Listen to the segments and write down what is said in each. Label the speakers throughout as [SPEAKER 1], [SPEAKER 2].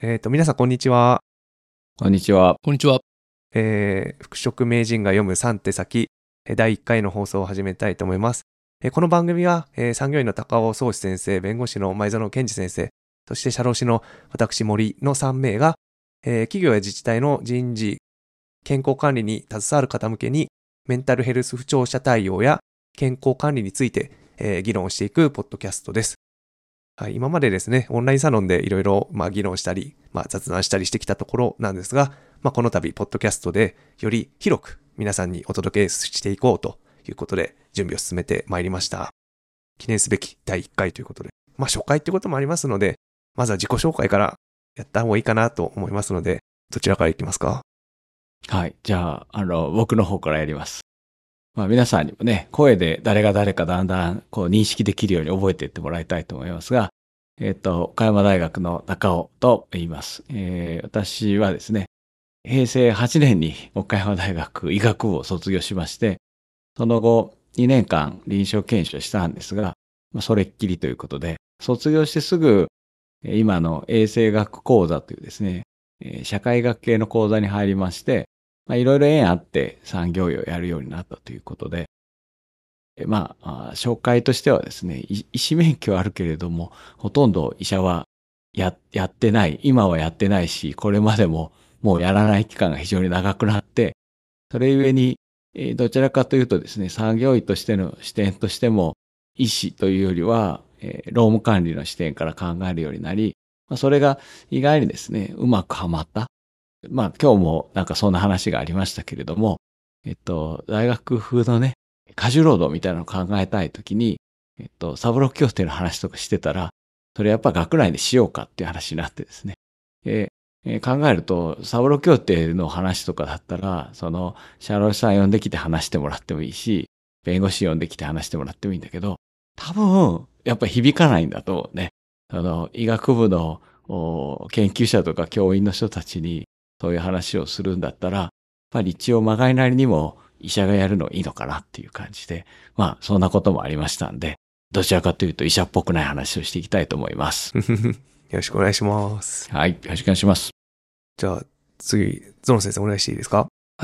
[SPEAKER 1] 皆さん、こんにちは。
[SPEAKER 2] こんにちは。
[SPEAKER 3] こんにちは。
[SPEAKER 1] 服飾名人が読む3手先、第1回の放送を始めたいと思います。この番組は、産業医の高尾宗志先生、弁護士の前園健二先生、そして社労士の私森の3名が、企業や自治体の人事、健康管理に携わる方向けに、メンタルヘルス不調者対応や健康管理について、議論していくポッドキャストです。はい、今までですね、オンラインサロンでいろいろ議論したり、雑談したりしてきたところなんですが、この度、ポッドキャストでより広く皆さんにお届けしていこうということで、準備を進めてまいりました。記念すべき第1回ということで、初回ってこともありますので、まずは自己紹介からやった方がいいかなと思いますので、どちらからいきますか？
[SPEAKER 2] はい。じゃあ、僕の方からやります。皆さんにもね、声で誰が誰かだんだん認識できるように覚えていってもらいたいと思いますが、岡山大学の高尾と言います。私はですね、平成8年に岡山大学医学部を卒業しまして、その後2年間臨床研修をしたんですが、それっきりということで、卒業してすぐ今の衛生学講座というですね、社会学系の講座に入りまして、いろいろ縁あって産業医をやるようになったということで、紹介としてはですね、医師免許はあるけれども、ほとんど医者はやってない、今はやってないし、これまでももうやらない期間が非常に長くなって、それゆえに、どちらかというとですね、産業医としての視点としても、医師というよりは、労務管理の視点から考えるようになり、それが意外にですね、うまくはまった。今日もなんかそんな話がありましたけれども、大学風のね、過重労働みたいなのを考えたいときに、サブロー協定の話とかしてたら、それやっぱ学内でしようかっていう話になってですね。考えると、サブロー協定の話とかだったら、社労士さん呼んできて話してもらってもいいし、弁護士呼んできて話してもらってもいいんだけど、多分、やっぱ響かないんだと思うね。医学部の研究者とか教員の人たちにそういう話をするんだったら、やっぱり一応まがいなりにも医者がやるのいいのかなっていう感じで、そんなこともありましたんで、どちらかというと医者っぽくない話をしていきたいと思います。
[SPEAKER 1] よろしくお願いします。
[SPEAKER 2] はい、よろしくお願いします。
[SPEAKER 1] じゃあ次、ゾノ先生お願いしていいですか？
[SPEAKER 3] はい、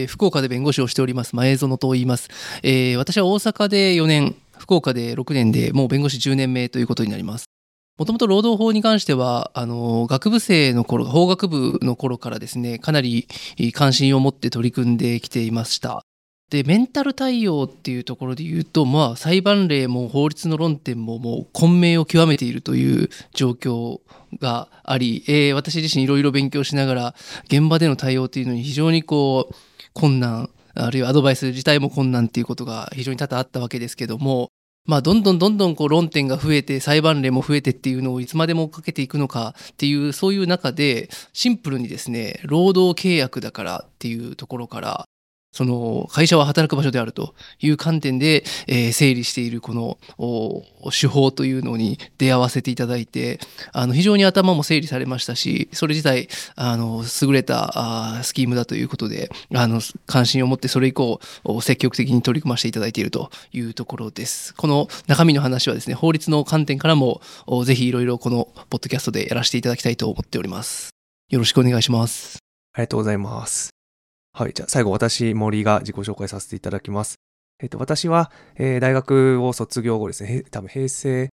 [SPEAKER 3] 福岡で弁護士をしております前園と言います。私は大阪で4年、福岡で6年で、もう弁護士10年目ということになります。もともと労働法に関しては学部生の頃、法学部の頃からですね、かなり関心を持って取り組んできていました。で、メンタル対応っていうところで言うと、裁判例も法律の論点ももう混迷を極めているという状況があり、私自身いろいろ勉強しながら現場での対応っていうのに非常に困難、あるいはアドバイス自体も困難っていうことが非常に多々あったわけですけども、どんどん論点が増えて裁判例も増えてっていうのをいつまでもかけていくのかっていう、そういう中でシンプルにですね、労働契約だからっていうところから、その会社は働く場所であるという観点で、整理しているこの手法というのに出会わせていただいて、非常に頭も整理されましたし、それ自体優れたスキームだということで関心を持って、それ以降積極的に取り組ませていただいているというところです。この中身の話はですね、法律の観点からもぜひいろいろこのポッドキャストでやらせていただきたいと思っております。よろしくお願いします。
[SPEAKER 1] ありがとうございます。はい、じゃあ最後私森が自己紹介させていただきます。私は、大学を卒業後ですね、多分平成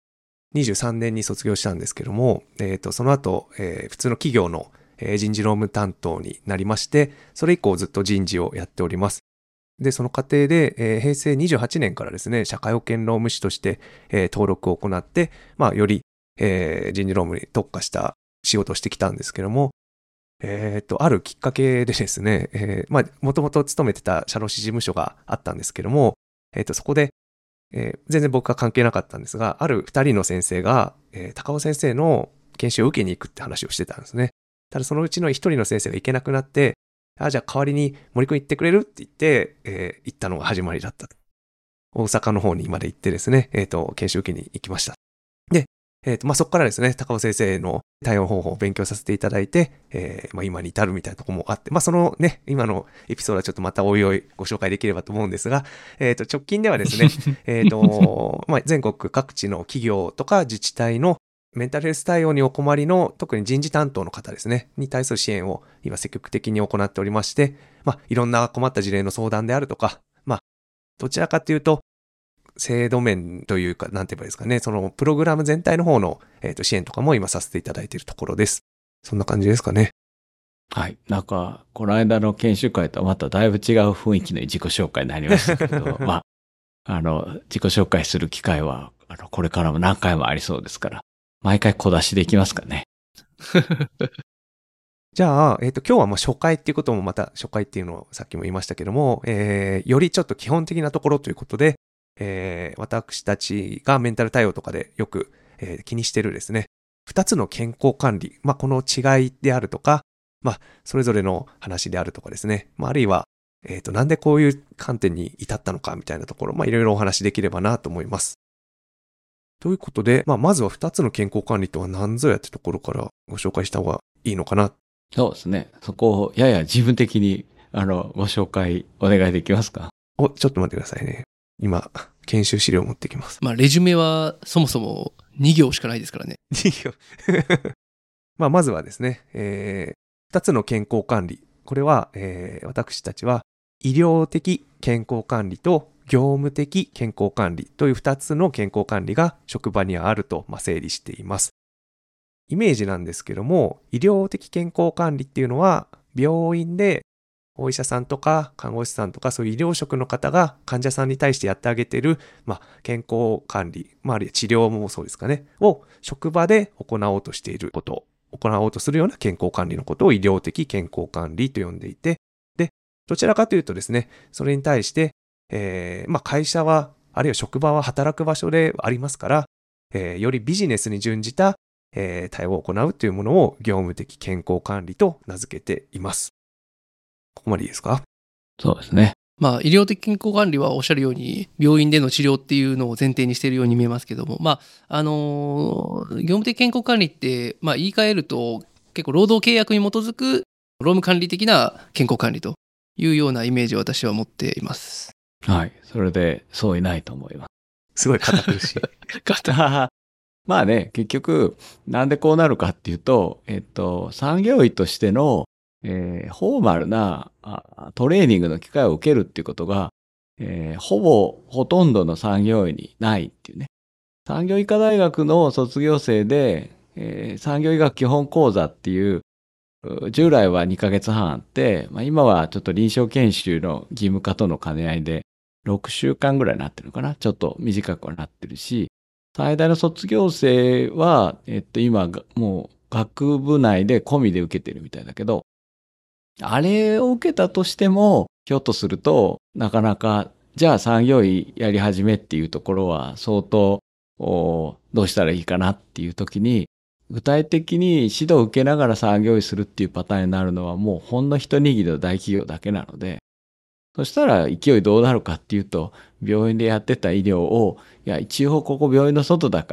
[SPEAKER 1] 23年に卒業したんですけども、その後、普通の企業の、人事労務担当になりまして、それ以降ずっと人事をやっております。で、その過程で、平成28年からですね、社会保険労務士として、登録を行って、より、人事労務に特化した仕事をしてきたんですけども、あるきっかけでですね、もともと勤めてた社労士事務所があったんですけども、そこで、全然僕は関係なかったんですが、ある2人の先生が、高尾先生の研修を受けに行くって話をしてたんですね。ただそのうちの1人の先生が行けなくなって、じゃあ代わりに森くん行ってくれるって言って、行ったのが始まりだったと。大阪の方にまで行ってですね、研修受けに行きました。で、そこからですね、高尾先生の対応方法を勉強させていただいて、今に至るみたいなところもあって、そのね、今のエピソードはちょっとまたおいおいご紹介できればと思うんですが、直近ではですね、全国各地の企業とか自治体のメンタルヘルス対応にお困りの特に人事担当の方ですね、に対する支援を今積極的に行っておりまして、いろんな困った事例の相談であるとか、どちらかというと、制度面というか、なんて言えばいいですかね、そのプログラム全体の方の、支援とかも今させていただいているところです。そんな感じですかね。
[SPEAKER 2] はい。なんか、この間の研修会とはまただいぶ違う雰囲気の自己紹介になりましたけど、自己紹介する機会は、これからも何回もありそうですから、毎回小出しできますかね。
[SPEAKER 1] じゃあ、今日はもう初回っていうこともまた初回っていうのをさっきも言いましたけども、よりちょっと基本的なところということで、私たちがメンタル対応とかでよく、気にしてるですね、2つの健康管理、この違いであるとか、それぞれの話であるとかですね、あるいは、なんでこういう観点に至ったのかみたいなところ、いろいろお話できればなと思います。ということで、まずは2つの健康管理とは何ぞやってところからご紹介した方がいいのかな。
[SPEAKER 2] そうですね。そこをやや自分的に、ご紹介お願いできますか？
[SPEAKER 1] ちょっと待ってくださいね。今、研修資料を持ってきます。
[SPEAKER 3] レジュメはそもそも2行しかないですからね。
[SPEAKER 1] 2行。まずはですね、2つの健康管理。これは、私たちは医療的健康管理と業務的健康管理という2つの健康管理が職場にはあると、整理しています。イメージなんですけども、医療的健康管理っていうのは、病院でお医者さんとか看護師さんとかそういう医療職の方が患者さんに対してやってあげている、健康管理、あるいは治療もそうですかね、を職場で行おうとしていること、行おうとするような健康管理のことを医療的健康管理と呼んでいて、で、どちらかというとですね、それに対して、会社は、あるいは職場は働く場所でありますから、よりビジネスに準じた対応を行うというものを業務的健康管理と名付けています。ここまでいいですか？
[SPEAKER 2] そうですね。
[SPEAKER 3] 医療的健康管理はおっしゃるように病院での治療っていうのを前提にしているように見えますけども、業務的健康管理って、言い換えると結構労働契約に基づく労務管理的な健康管理というようなイメージを私は持っています。
[SPEAKER 2] はい。それでそういないと思います。
[SPEAKER 1] すごい堅苦しい。
[SPEAKER 2] 結局、なんでこうなるかっていうと、産業医としての、フォーマルなトレーニングの機会を受けるっていうことが、ほとんどの産業医にないっていうね。産業医科大学の卒業生で、産業医学基本講座っていう、従来は2ヶ月半あって、今はちょっと臨床研修の義務化との兼ね合いで、6週間ぐらいになってるのかな。ちょっと短くはなってるし、最大の卒業生は、今、もう学部内で込みで受けてるみたいだけど、あれを受けたとしても、ひょっとすると、なかなか、じゃあ産業医やり始めっていうところは相当、どうしたらいいかなっていう時に、具体的に指導を受けながら産業医するっていうパターンになるのはもうほんの一握りの大企業だけなので、そしたら勢いどうなるかっていうと、病院でやってた医療を、一応ここ病院の外だから、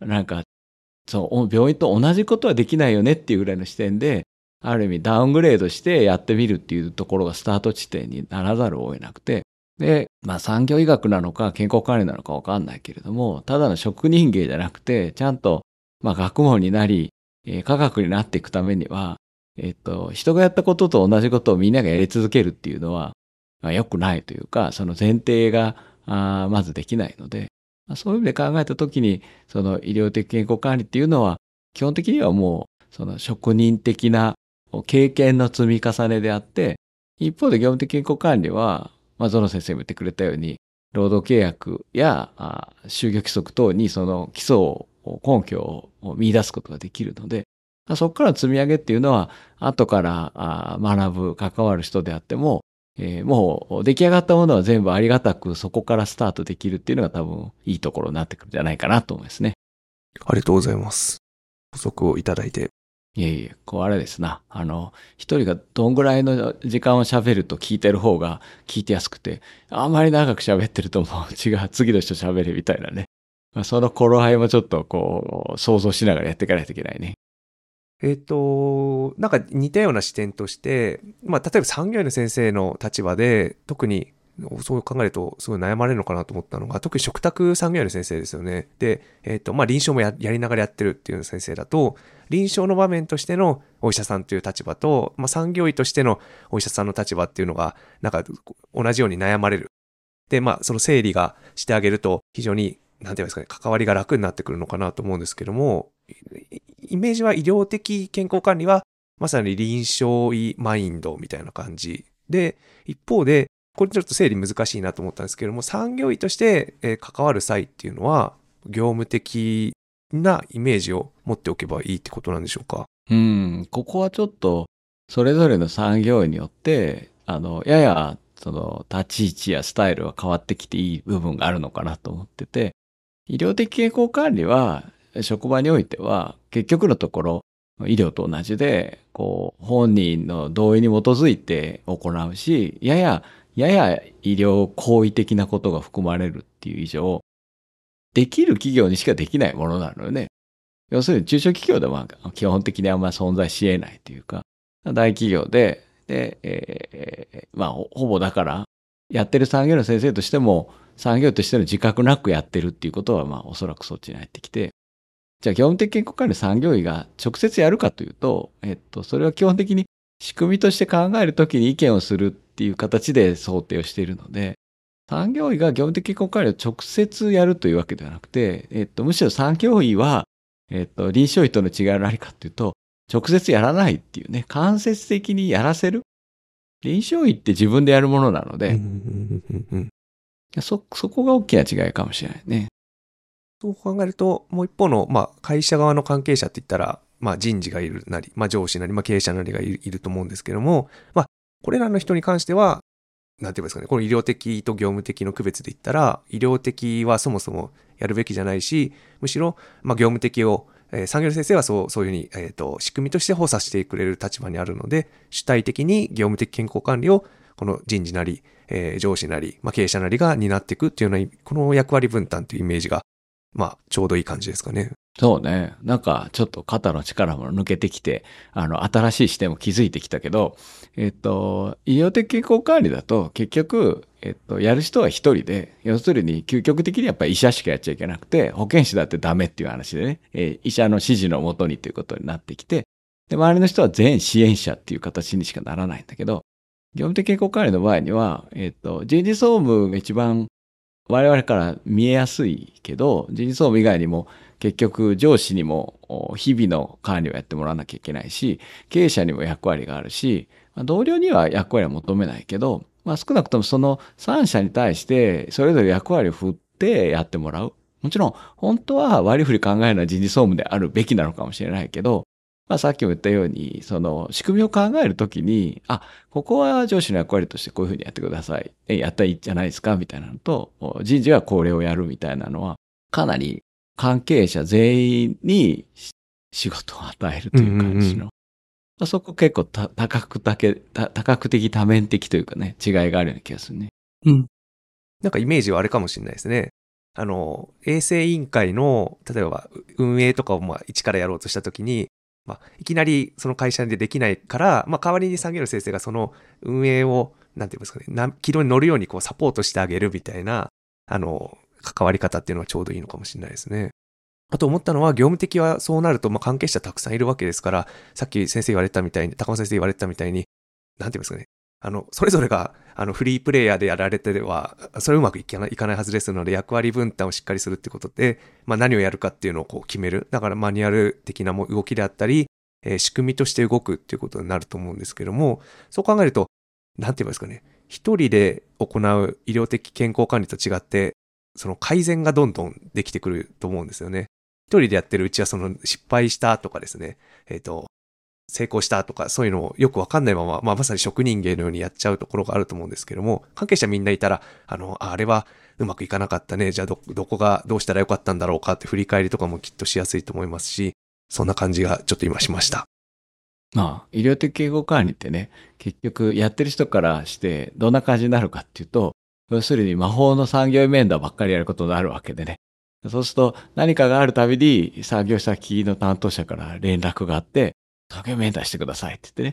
[SPEAKER 2] 病院と同じことはできないよねっていうぐらいの視点で、ある意味ダウングレードしてやってみるっていうところがスタート地点にならざるを得なくて、で、産業医学なのか健康管理なのかわかんないけれども、ただの職人芸じゃなくて、ちゃんと、学問になり、科学になっていくためには、人がやったことと同じことをみんながやり続けるっていうのは、良くないというか、その前提がまずできないので、そういう意味で考えたときに、その医療的健康管理っていうのは、基本的にはもう、その職人的な経験の積み重ねであって、一方で業務的健康管理は、ゾノ先生も言ってくれたように、労働契約や就業規則等にその基礎を、根拠を見出すことができるので、そこから積み上げっていうのは、後から学ぶ、関わる人であっても、もう出来上がったものは全部ありがたくそこからスタートできるっていうのが多分いいところになってくるんじゃないかなと思いますね。
[SPEAKER 1] ありがとうございます。補足をいただいて。
[SPEAKER 2] あれですな。一人がどんぐらいの時間を喋ると聞いてる方が聞いてやすくて、あんまり長く喋ってるともう違う、次の人喋れみたいなね。その頃合いもちょっと想像しながらやっていかないといけないね。
[SPEAKER 1] なんか似たような視点として、例えば産業医の先生の立場で、特にそう考えるとすごい悩まれるのかなと思ったのが、特に嘱託産業医の先生ですよね。で、臨床もやりながらやってるっていう先生だと、臨床の場面としてのお医者さんという立場と、産業医としてのお医者さんの立場っていうのが、なんか同じように悩まれる。で、その整理がしてあげると、非常に、なんていうんですかね、関わりが楽になってくるのかなと思うんですけども、イメージは医療的健康管理は、まさに臨床医マインドみたいな感じで、一方で、これちょっと整理難しいなと思ったんですけども、産業医として関わる際っていうのは、業務的なイメージを持っておけばいいってことなんでしょうか。
[SPEAKER 2] ここはちょっと、それぞれの産業医によって、やや、立ち位置やスタイルは変わってきていい部分があるのかなと思ってて、医療的健康管理は、職場においては、結局のところ、医療と同じで、本人の同意に基づいて行うし、やや医療行為的なことが含まれるっていう以上、できる企業にしかできないものなのよね。要するに中小企業では基本的にあんまり存在し得ないというか、大企業で、ほぼだから、やってる産業の先生としても、産業としての自覚なくやってるっていうことは、おそらくそっちに入ってきて、じゃあ業務的健康管理産業医が直接やるかというと、それは基本的に仕組みとして考えるときに意見をするっていう形で想定をしているので、産業医が業務的健康管理を直接やるというわけではなくて、むしろ産業医は、臨床医との違いは何かっていうと、直接やらないっていうね、間接的にやらせる。臨床医って自分でやるものなので、そこが大きな違いかもしれないね。
[SPEAKER 1] そう考えると、もう一方の、会社側の関係者って言ったら、人事がいるなり、上司なり、経営者なりがいると思うんですけども、これらの人に関しては、なんて言いますかね、この医療的と業務的の区別で言ったら、医療的はそもそもやるべきじゃないし、むしろ、業務的を、産業の先生はそういうふうに、仕組みとして補佐してくれる立場にあるので、主体的に業務的健康管理を、この人事なり、上司なり、経営者なりが担っていくっていうような、この役割分担というイメージが、ちょうどいい感じですかね。
[SPEAKER 2] そうね。なんか、ちょっと肩の力も抜けてきて、新しい視点も気づいてきたけど、医療的健康管理だと、結局、やる人は一人で、要するに、究極的にやっぱり医者しかやっちゃいけなくて、保健師だってダメっていう話でね、医者の指示のもとにということになってきて、で、周りの人は全支援者っていう形にしかならないんだけど、業務的健康管理の場合には、人事総務が一番我々から見えやすいけど、人事総務以外にも結局上司にも日々の管理をやってもらわなきゃいけないし、経営者にも役割があるし、同僚には役割は求めないけど、少なくともその3社に対してそれぞれ役割を振ってやってもらう。もちろん本当は割り振り考えるのは人事総務であるべきなのかもしれないけど、さっきも言ったように、その仕組みを考えるときに、ここは上司の役割としてこういうふうにやってください。やったらいいじゃないですかみたいなのと、人事はこれをやるみたいなのは、かなり関係者全員に仕事を与えるという感じの。そこ結構多角的多面的というかね、違いがあるような気がするね。
[SPEAKER 1] なんかイメージはあれかもしれないですね。衛生委員会の、例えば運営とかを一からやろうとしたときに、いきなりその会社でできないから、代わりに産業の先生がその運営を、なんていうんですかね、軌道に乗るようにサポートしてあげるみたいな、関わり方っていうのはちょうどいいのかもしれないですね。あと思ったのは、業務的はそうなると、関係者たくさんいるわけですから、さっき先生言われたみたいに、高尾先生言われたみたいに、なんていうんですかね、それぞれが、フリープレイヤーでやられては、それうまくいかないはずですので、役割分担をしっかりするってことで、何をやるかっていうのを決める。だからマニュアル的な動きであったり、仕組みとして動くっていうことになると思うんですけども、そう考えると、なんて言いますかね、一人で行う医療的健康管理と違って、その改善がどんどんできてくると思うんですよね。一人でやってるうちはその失敗したとかですね、成功したとかそういうのをよくわかんないまま、まさに職人芸のようにやっちゃうところがあると思うんですけども、関係者みんないたら、あれはうまくいかなかったね、じゃあどこがどうしたらよかったんだろうかって振り返りとかもきっとしやすいと思いますし、そんな感じがちょっと今しました。
[SPEAKER 2] 医療的健康管理ってね、結局やってる人からしてどんな感じになるかっていうと、要するに魔法の産業面談ばっかりやることになるわけでね。そうすると何かがあるたびに産業先の担当者から連絡があって、産業面談してくださいって言ってね。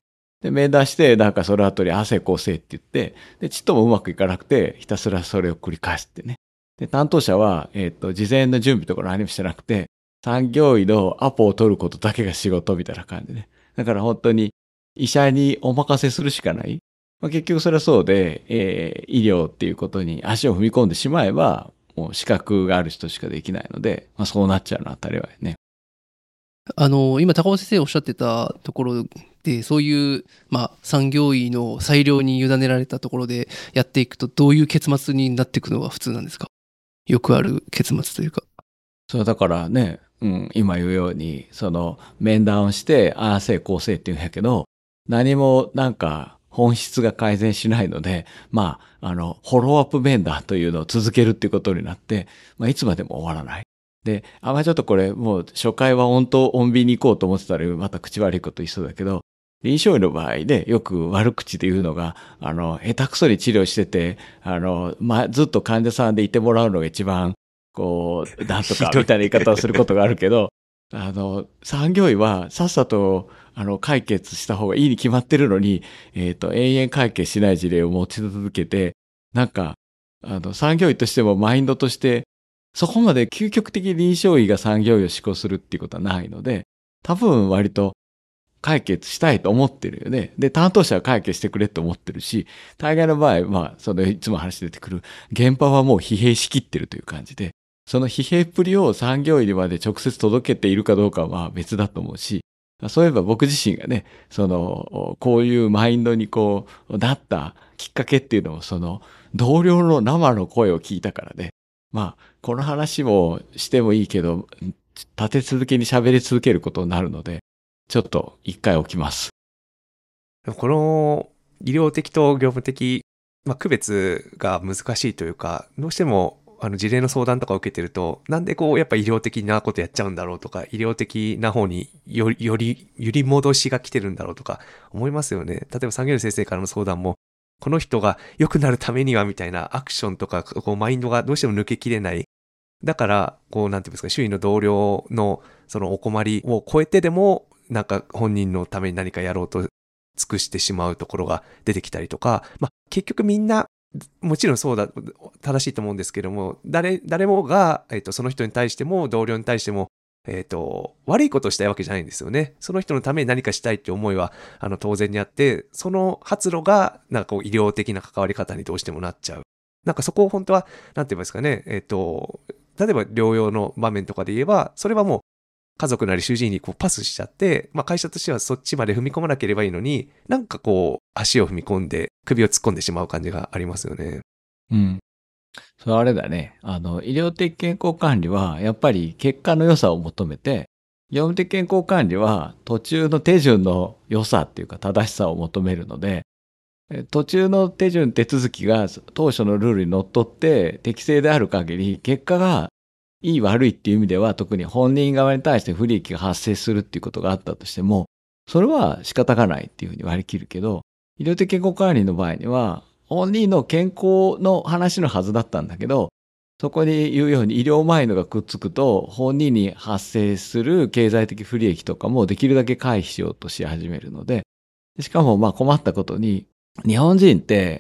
[SPEAKER 2] で、面談して、なんかその後に汗こうせいって言って、で、ちっともうまくいかなくて、ひたすらそれを繰り返すってね。で、担当者は、事前の準備とか何もしてなくて、産業医のアポを取ることだけが仕事みたいな感じね。だから本当に医者にお任せするしかない。まあ、結局それはそうで、医療っていうことに足を踏み込んでしまえば、もう資格がある人しかできないので、まあ、そうなっちゃうのは当たり前ね。
[SPEAKER 3] 今、高尾先生おっしゃってたところで、そういう、産業医の裁量に委ねられたところでやっていくと、どういう結末になっていくのが普通なんですか？よくある結末というか。
[SPEAKER 2] そうだからね、今言うように、面談をして、ああせいこうせいって言うんやけど、何もなんか本質が改善しないので、フォローアップ面談というのを続けるっていうことになって、いつまでも終わらない。で、ちょっとこれもう初回は穏便に行こうと思ってたらまた口悪いこと言いそうだけど、臨床医の場合でよく悪口で言うのが、下手くそに治療してて、ずっと患者さんでいてもらうのが一番、なんとかみたいな言い方をすることがあるけど、産業医はさっさと、解決した方がいいに決まってるのに、延々解決しない事例を持ち続けて、なんか、産業医としてもマインドとして、そこまで究極的臨床医が産業医を施行するっていうことはないので、多分割と解決したいと思ってるよね。で、担当者は解決してくれって思ってるし、大概の場合、いつも話出てくる、現場はもう疲弊しきってるという感じで、その疲弊っぷりを産業医にまで直接届けているかどうかは別だと思うし、そういえば僕自身がね、こういうマインドになったきっかけっていうのを、同僚の生の声を聞いたからね。この話もしてもいいけど、立て続けに喋り続けることになるので、ちょっと一回置きます。
[SPEAKER 1] この医療的と業務的、区別が難しいというか、どうしても事例の相談とかを受けてると、なんでやっぱ医療的なことやっちゃうんだろうとか、医療的な方により揺り戻しが来てるんだろうとか思いますよね。例えば産業医先生からの相談も、この人が良くなるためにはみたいなアクションとか、マインドがどうしても抜けきれない。だから、なんていうんですか、周囲の同僚のそのお困りを超えてでも、なんか本人のために何かやろうと尽くしてしまうところが出てきたりとか、結局みんな、もちろんそうだ、正しいと思うんですけども、誰もが、その人に対しても、同僚に対しても、悪いことをしたいわけじゃないんですよね。その人のために何かしたいって思いは、当然にあって、その発露が、なんか医療的な関わり方にどうしてもなっちゃう。なんかそこを本当は、なんて言いますかね、例えば療養の場面とかで言えば、それはもう家族なり主治医にパスしちゃって、会社としてはそっちまで踏み込まなければいいのに、なんか足を踏み込んで、首を突っ込んでしまう感じがありますよね。
[SPEAKER 2] うん。それあれだね。医療的健康管理は、やっぱり結果の良さを求めて、業務的健康管理は途中の手順の良さっていうか正しさを求めるので、途中の手順手続きが当初のルールにのっとって適正である限り、結果がいい悪いっていう意味では特に本人側に対して不利益が発生するっていうことがあったとしても、それは仕方がないっていうふうに割り切るけど、医療的健康管理の場合には、本人の健康の話のはずだったんだけど、そこに言うように医療マインドがくっつくと、本人に発生する経済的不利益とかもできるだけ回避しようとし始めるので、しかも困ったことに、日本人って、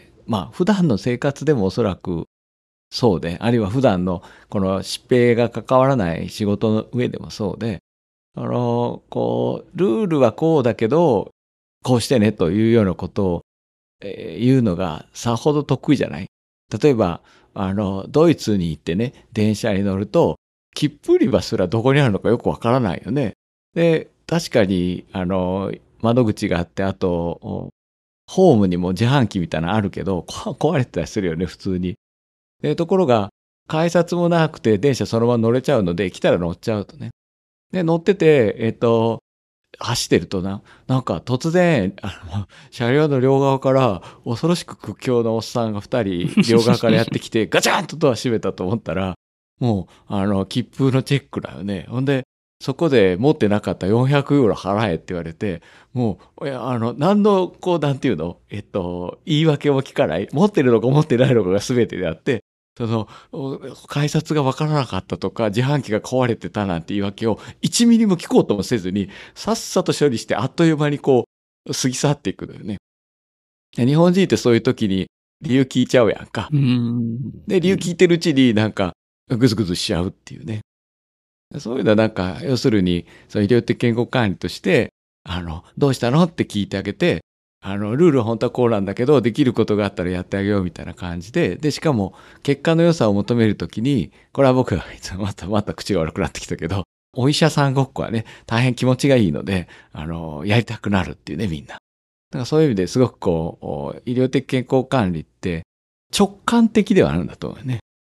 [SPEAKER 2] 普段の生活でもおそらくそうで、あるいは普段のこの疾病が関わらない仕事の上でもそうで、ルールはこうだけど、こうしてねというようなことを、言うのがさほど得意じゃない。例えば、ドイツに行ってね、電車に乗ると、切符売り場すらどこにあるのかよくわからないよね。で、確かに、窓口があって、あと、ホームにも自販機みたいなのあるけど、壊れてたりするよね、普通に。で、ところが、改札もなくて電車そのまま乗れちゃうので、来たら乗っちゃうとね。で、乗ってて、走ってるとなんか突然、車両の両側から恐ろしく屈強なおっさんが2人両側からやってきて、ガチャンとドア閉めたと思ったら、もう、切符のチェックだよね。ほんで、そこで持ってなかった400ユーロ払えって言われて、もう、何の、なんていうの言い訳も聞かない。持ってるのか持ってないのかが全てであって、改札が分からなかったとか、自販機が壊れてたなんて言い訳を1ミリも聞こうともせずに、さっさと処理してあっという間に過ぎ去っていくのよね。日本人ってそういう時に理由聞いちゃうやんか。で、理由聞いてるうちになんかぐずぐずしちゃうっていうね。そういうのはなんか、要するに、その医療的健康管理として、どうしたのって聞いてあげて、ルールは本当はこうなんだけど、できることがあったらやってあげようみたいな感じで、で、しかも、結果の良さを求めるときに、これは僕がいつもまた口が悪くなってきたけど、お医者さんごっこはね、大変気持ちがいいので、やりたくなるっていうね、みんな。だからそういう意味ですごくこう、医療的健康管理って直感的ではあるんだと思うね。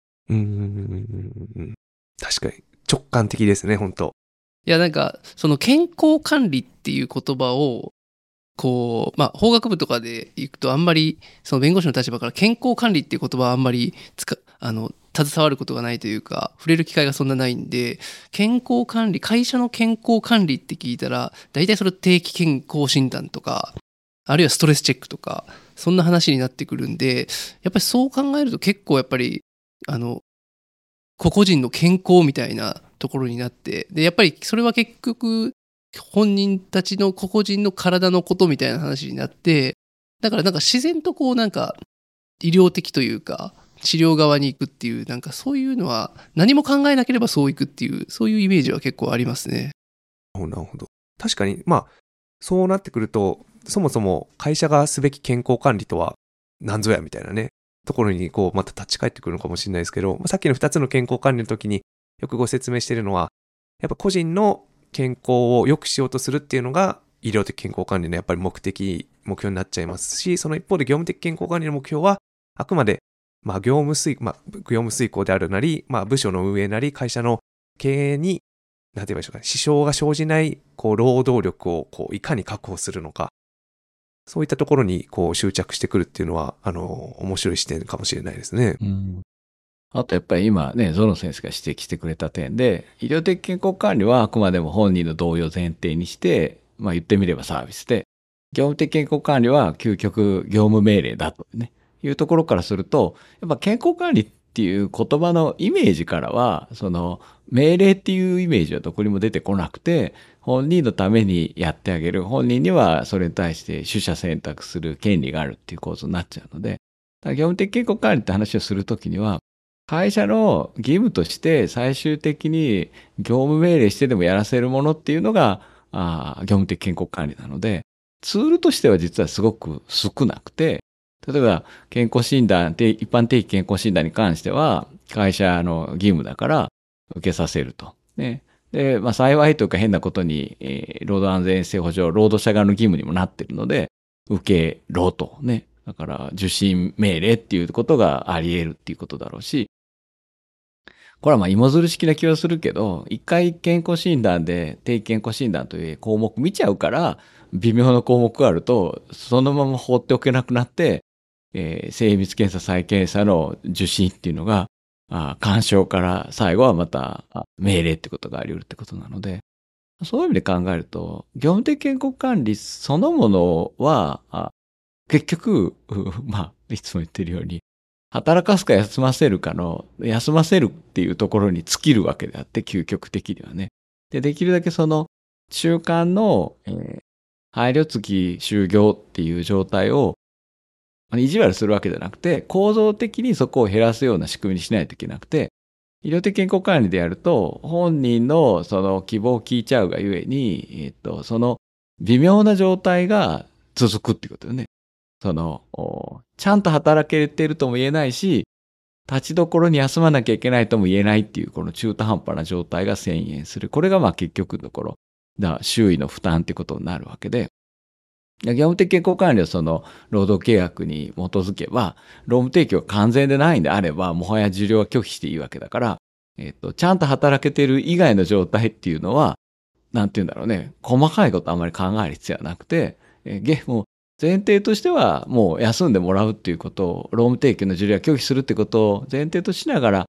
[SPEAKER 1] 確かに。直感的ですね、本当。
[SPEAKER 3] いや、なんか、その健康管理っていう言葉を、こう、法学部とかで行くとあんまり、その弁護士の立場から健康管理っていう言葉はあんまり携わることがないというか、触れる機会がそんなないんで、健康管理、会社の健康管理って聞いたら、大体それ定期健康診断とか、あるいはストレスチェックとか、そんな話になってくるんで、やっぱりそう考えると結構やっぱり、個々人の健康みたいなところになって、で、やっぱりそれは結局、本人たちの個々人の体のことみたいな話になって、だからなんか自然とこうなんか医療的というか治療側に行くっていう、なんかそういうのは何も考えなければそう行くっていう、そういうイメージは結構ありますね。
[SPEAKER 1] なるほど。確かに、そうなってくると、そもそも会社がすべき健康管理とは何ぞやみたいなね、ところにこうまた立ち返ってくるのかもしれないですけど、さっきの2つの健康管理の時によくご説明しているのは、やっぱ個人の健康を良くしようとするっていうのが医療的健康管理のやっぱり目標になっちゃいますし、その一方で業務的健康管理の目標はあくまで業務遂行であるなり、部署の運営なり会社の経営になんて言いましょうか、支障が生じない労働力をいかに確保するのか、そういったところに執着してくるっていうのは面白い視点かもしれないですね。
[SPEAKER 2] あとやっぱり今ね、ゾノ先生が指摘してくれた点で、医療的健康管理はあくまでも本人の同意を前提にして、言ってみればサービスで、業務的健康管理は究極業務命令だとね、いうところからすると、やっぱ健康管理っていう言葉のイメージからは、その命令っていうイメージはどこにも出てこなくて、本人のためにやってあげる、本人にはそれに対して取捨選択する権利があるっていう構造になっちゃうので、業務的健康管理って話をするときには、会社の義務として最終的に業務命令してでもやらせるものっていうのが業務的健康管理なので、ツールとしては実はすごく少なくて、例えば健康診断、一般定期健康診断に関しては会社の義務だから受けさせると。ね。で、幸いというか変なことに、労働安全性保障、労働者側の義務にもなっているので、受けろとね。だから受診命令っていうことがあり得るっていうことだろうし、これは芋づる式な気はするけど、一回健康診断で定期健康診断という項目見ちゃうから、微妙な項目があると、そのまま放っておけなくなって、精密検査再検査の受診っていうのが、干渉から最後はまた命令ってことがあり得るってことなので、そういう意味で考えると、業務的健康管理そのものは、結局、いつも言ってるように、働かすか休ませるかの、休ませるっていうところに尽きるわけであって、究極的にはね。で、できるだけその中間の、配慮付き就業っていう状態を意地悪するわけじゃなくて、構造的にそこを減らすような仕組みにしないといけなくて、医療的健康管理でやると、本人のその希望を聞いちゃうがゆえに、その微妙な状態が続くっていうことよね。ちゃんと働けてるとも言えないし、立ちどころに休まなきゃいけないとも言えないっていう、この中途半端な状態が遷延する。これが結局のところ、周囲の負担ってことになるわけで、業務的健康管理はその労働契約に基づけば、労務提供が完全でないんであれば、もはや受領は拒否していいわけだから、ちゃんと働けてる以外の状態っていうのは、なんて言うんだろうね、細かいことあんまり考える必要はなくて、もう前提としてはもう休んでもらうっていうことを、労務提供の受領は拒否するってことを前提としながら、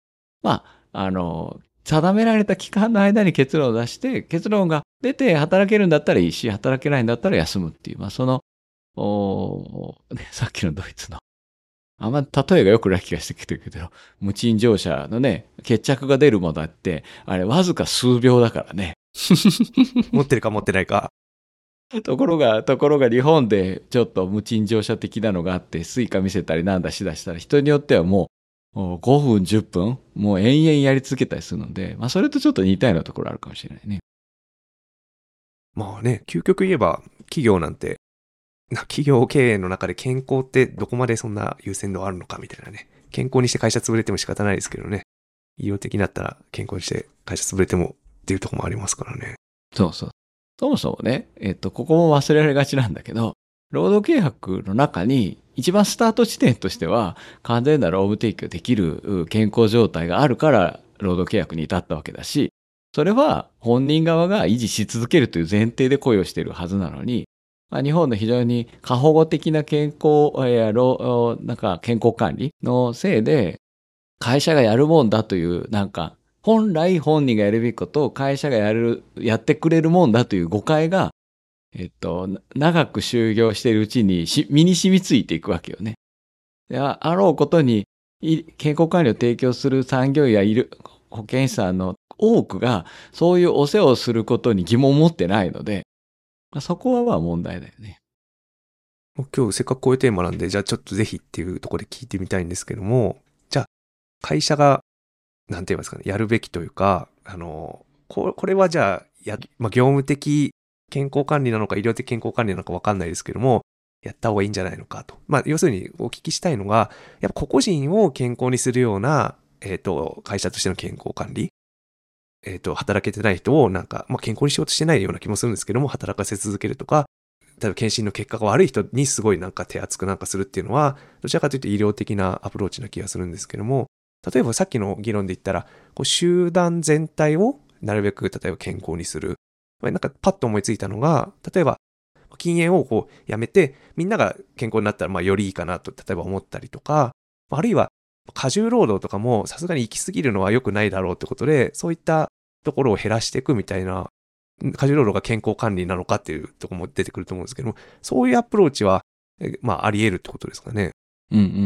[SPEAKER 2] 定められた期間の間に結論を出して、結論が出て働けるんだったらいいし、働けないんだったら休むっていう、さっきのドイツの、あんま例えがよくない気がしてきてるけど、無賃乗車のね、決着が出るものだって、あれわずか数秒だからね。
[SPEAKER 1] 持ってるか持ってないか。
[SPEAKER 2] ところが日本でちょっと無賃乗車的なのがあって、スイカ見せたりなんだしだしたら、人によってはもう5分、10分、もう延々やり続けたりするので、まあそれとちょっと似たようなところあるかもしれないね。
[SPEAKER 1] まあね、究極言えば企業なんて、企業経営の中で健康ってどこまでそんな優先度あるのかみたいなね。健康にして会社潰れても仕方ないですけどね。医療的になったら健康にして会社潰れてもっていうところもありますからね。
[SPEAKER 2] そうそう。そもそもね、ここも忘れられがちなんだけど、労働契約の中に一番スタート地点としては完全な労務提供できる健康状態があるから労働契約に至ったわけだし、それは本人側が維持し続けるという前提で雇用しているはずなのに、まあ、日本の非常に過保護的な健康やなんか健康管理のせいで、会社がやるもんだというなんか本来本人がやるべきことを会社がやってくれるもんだという誤解が、長く就業しているうちに身に染みついていくわけよね。であろうことに、健康管理を提供する産業医や保健師さんの多くが、そういうお世話をすることに疑問を持ってないので、そこはまあ問題だよね。
[SPEAKER 1] 今日せっかくこういうテーマなんで、じゃあちょっとぜひっていうところで聞いてみたいんですけども、じゃあ会社がなんて言いますかね、やるべきというか、これはじゃあ、まあ、業務的健康管理なのか医療的健康管理なのか分かんないですけども、やった方がいいんじゃないのかと。まあ、要するにお聞きしたいのが、やっぱ個々人を健康にするような、会社としての健康管理。働けてない人をなんか、まあ、健康にしようとしてないような気もするんですけども、働かせ続けるとか、例えば検診の結果が悪い人にすごいなんか手厚くなんかするっていうのは、どちらかというと医療的なアプローチな気がするんですけども、例えばさっきの議論で言ったら、集団全体をなるべく例えば健康にする。なんかパッと思いついたのが、例えば禁煙をやめて、みんなが健康になったらまあよりいいかなと例えば思ったりとか、あるいは過重労働とかもさすがに行き過ぎるのは良くないだろうってことで、そういったところを減らしていくみたいな、過重労働が健康管理なのかっていうところも出てくると思うんですけども、そういうアプローチは、まああり得るってことですかね。
[SPEAKER 2] うんうんうんうん。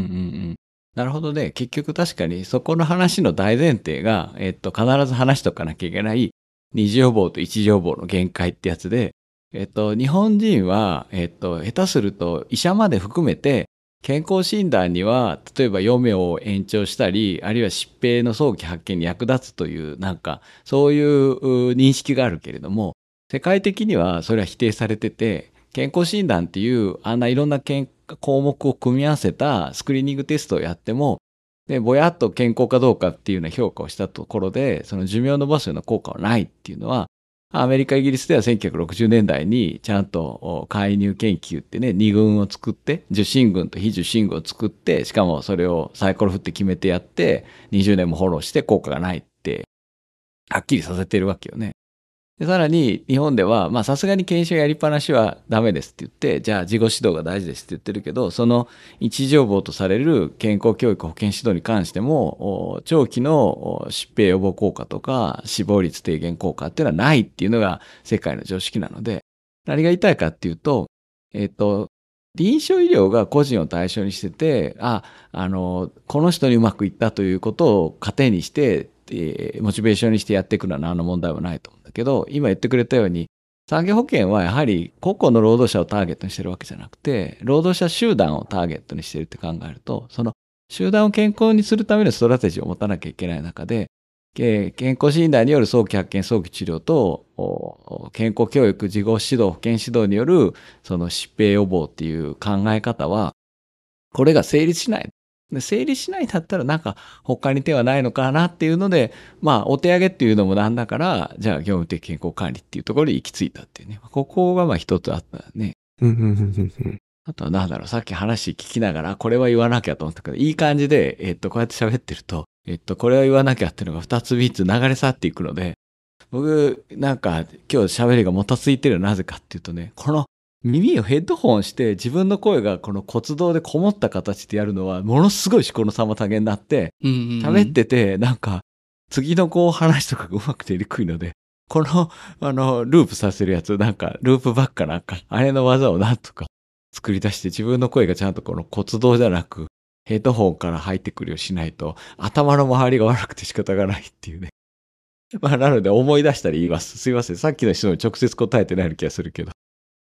[SPEAKER 2] なるほどね。結局確かにそこの話の大前提が、必ず話しとかなきゃいけない二次予防と一次予防の限界ってやつで、日本人は、下手すると医者まで含めて健康診断には、例えば余命を延長したり、あるいは疾病の早期発見に役立つという、なんか、そういう認識があるけれども、世界的にはそれは否定されてて、健康診断っていう、あんないろんな項目を組み合わせたスクリーニングテストをやっても、で、ぼやっと健康かどうかっていうような評価をしたところで、その寿命を伸ばすような効果はないっていうのは、アメリカ、イギリスでは1960年代にちゃんと介入研究ってね、二群を作って、受診群と非受診群を作って、しかもそれをサイコロ振って決めてやって、20年もフォローして効果がないって、はっきりさせてるわけよね。でさらに日本では、まあさすがに研修やりっぱなしはダメですって言って、じゃあ自己指導が大事ですって言ってるけど、その一時予防とされる健康教育保健指導に関しても、長期の疾病予防効果とか死亡率低減効果っていうのはないっていうのが世界の常識なので、何が言いたいかっていうと、臨床医療が個人を対象にしてて、この人にうまくいったということを糧にして、モチベーションにしてやっていくのは何の問題もないと思うんだけど、今言ってくれたように、産業保険はやはり個々の労働者をターゲットにしてるわけじゃなくて、労働者集団をターゲットにしているって考えると、その集団を健康にするためのストラテジーを持たなきゃいけない中で、健康診断による早期発見、早期治療と、健康教育、自己指導、保健指導によるその疾病予防っていう考え方は、これが成立しない。で成立しないんだったらなんか他に手はないのかなっていうので、まあお手上げっていうのもなんだから、じゃあ業務的健康管理っていうところで行き着いたっていうね。ここがまあ一つあったね。あとはなんだろう、さっき話聞きながらこれは言わなきゃと思ったけど、いい感じで、こうやって喋ってると、これは言わなきゃっていうのが2つ3つ流れ去っていくので、僕なんか今日喋りがもたついてるのはなぜかっていうとね、この耳をヘッドホンして自分の声がこの骨洞でこもった形でやるのはものすごい思考の妨げになって、喋っててなんか次の話とかがうまく出にくいので、このループさせるやつ、なんかループばっかなんかあれの技をなんとか作り出して、自分の声がちゃんとこの骨洞じゃなくヘッドホンから入ってくるようにしないと頭の周りが悪くて仕方がないっていうね。まあなので思い出したり言います。すいません。さっきの人に直接答えてないような気がするけど。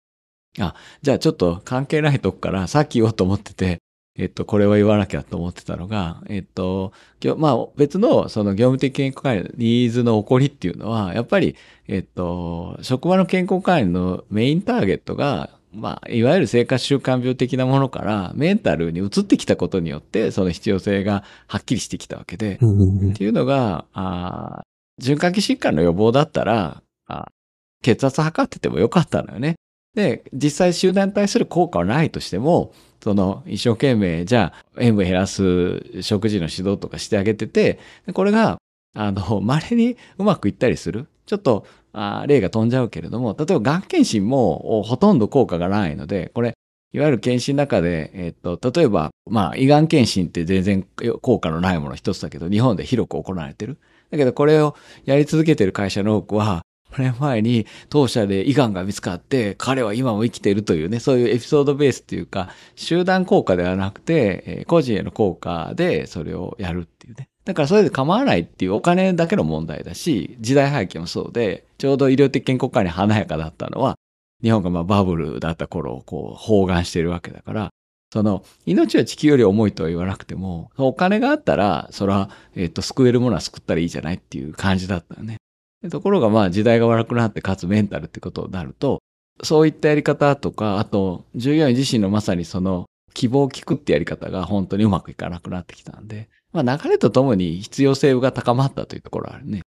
[SPEAKER 2] じゃあちょっと関係ないとこからさっき言おうと思ってて、これは言わなきゃと思ってたのが、まあ別のその業務的健康管理のニーズの起こりっていうのは、やっぱり、職場の健康管理のメインターゲットが、まあ、いわゆる生活習慣病的なものからメンタルに移ってきたことによって、その必要性がはっきりしてきたわけで、っていうのが、循環器疾患の予防だったら、血圧測っててもよかったのよね。で、実際集団に対する効果はないとしても、その一生懸命じゃあ塩分減らす食事の指導とかしてあげてて、これが、稀にうまくいったりする。ちょっと、例が飛んじゃうけれども、例えばがん検診もほとんど効果がないので、これ、いわゆる検診の中で、例えば、まあ、胃がん検診って全然効果のないもの一つだけど、日本で広く行われてる。だけど、これをやり続けてる会社の多くは、5年前に当社で胃がんが見つかって彼は今も生きているというね、そういうエピソードベースっていうか、集団効果ではなくて、個人への効果でそれをやるっていうね。だからそれで構わないっていうお金だけの問題だし、時代背景もそうで、ちょうど医療的健康管理華やかだったのは、日本がまあバブルだった頃をこう包含しているわけだから、その命は地球より重いとは言わなくても、お金があったら、それは、救えるものは救ったらいいじゃないっていう感じだったよね。ところがまあ時代が悪くなってかつメンタルってことになると、そういったやり方とか、あと従業員自身のまさにその希望を聞くってやり方が本当にうまくいかなくなってきたんで、まあ流れとともに必要性が高まったというところはあるね。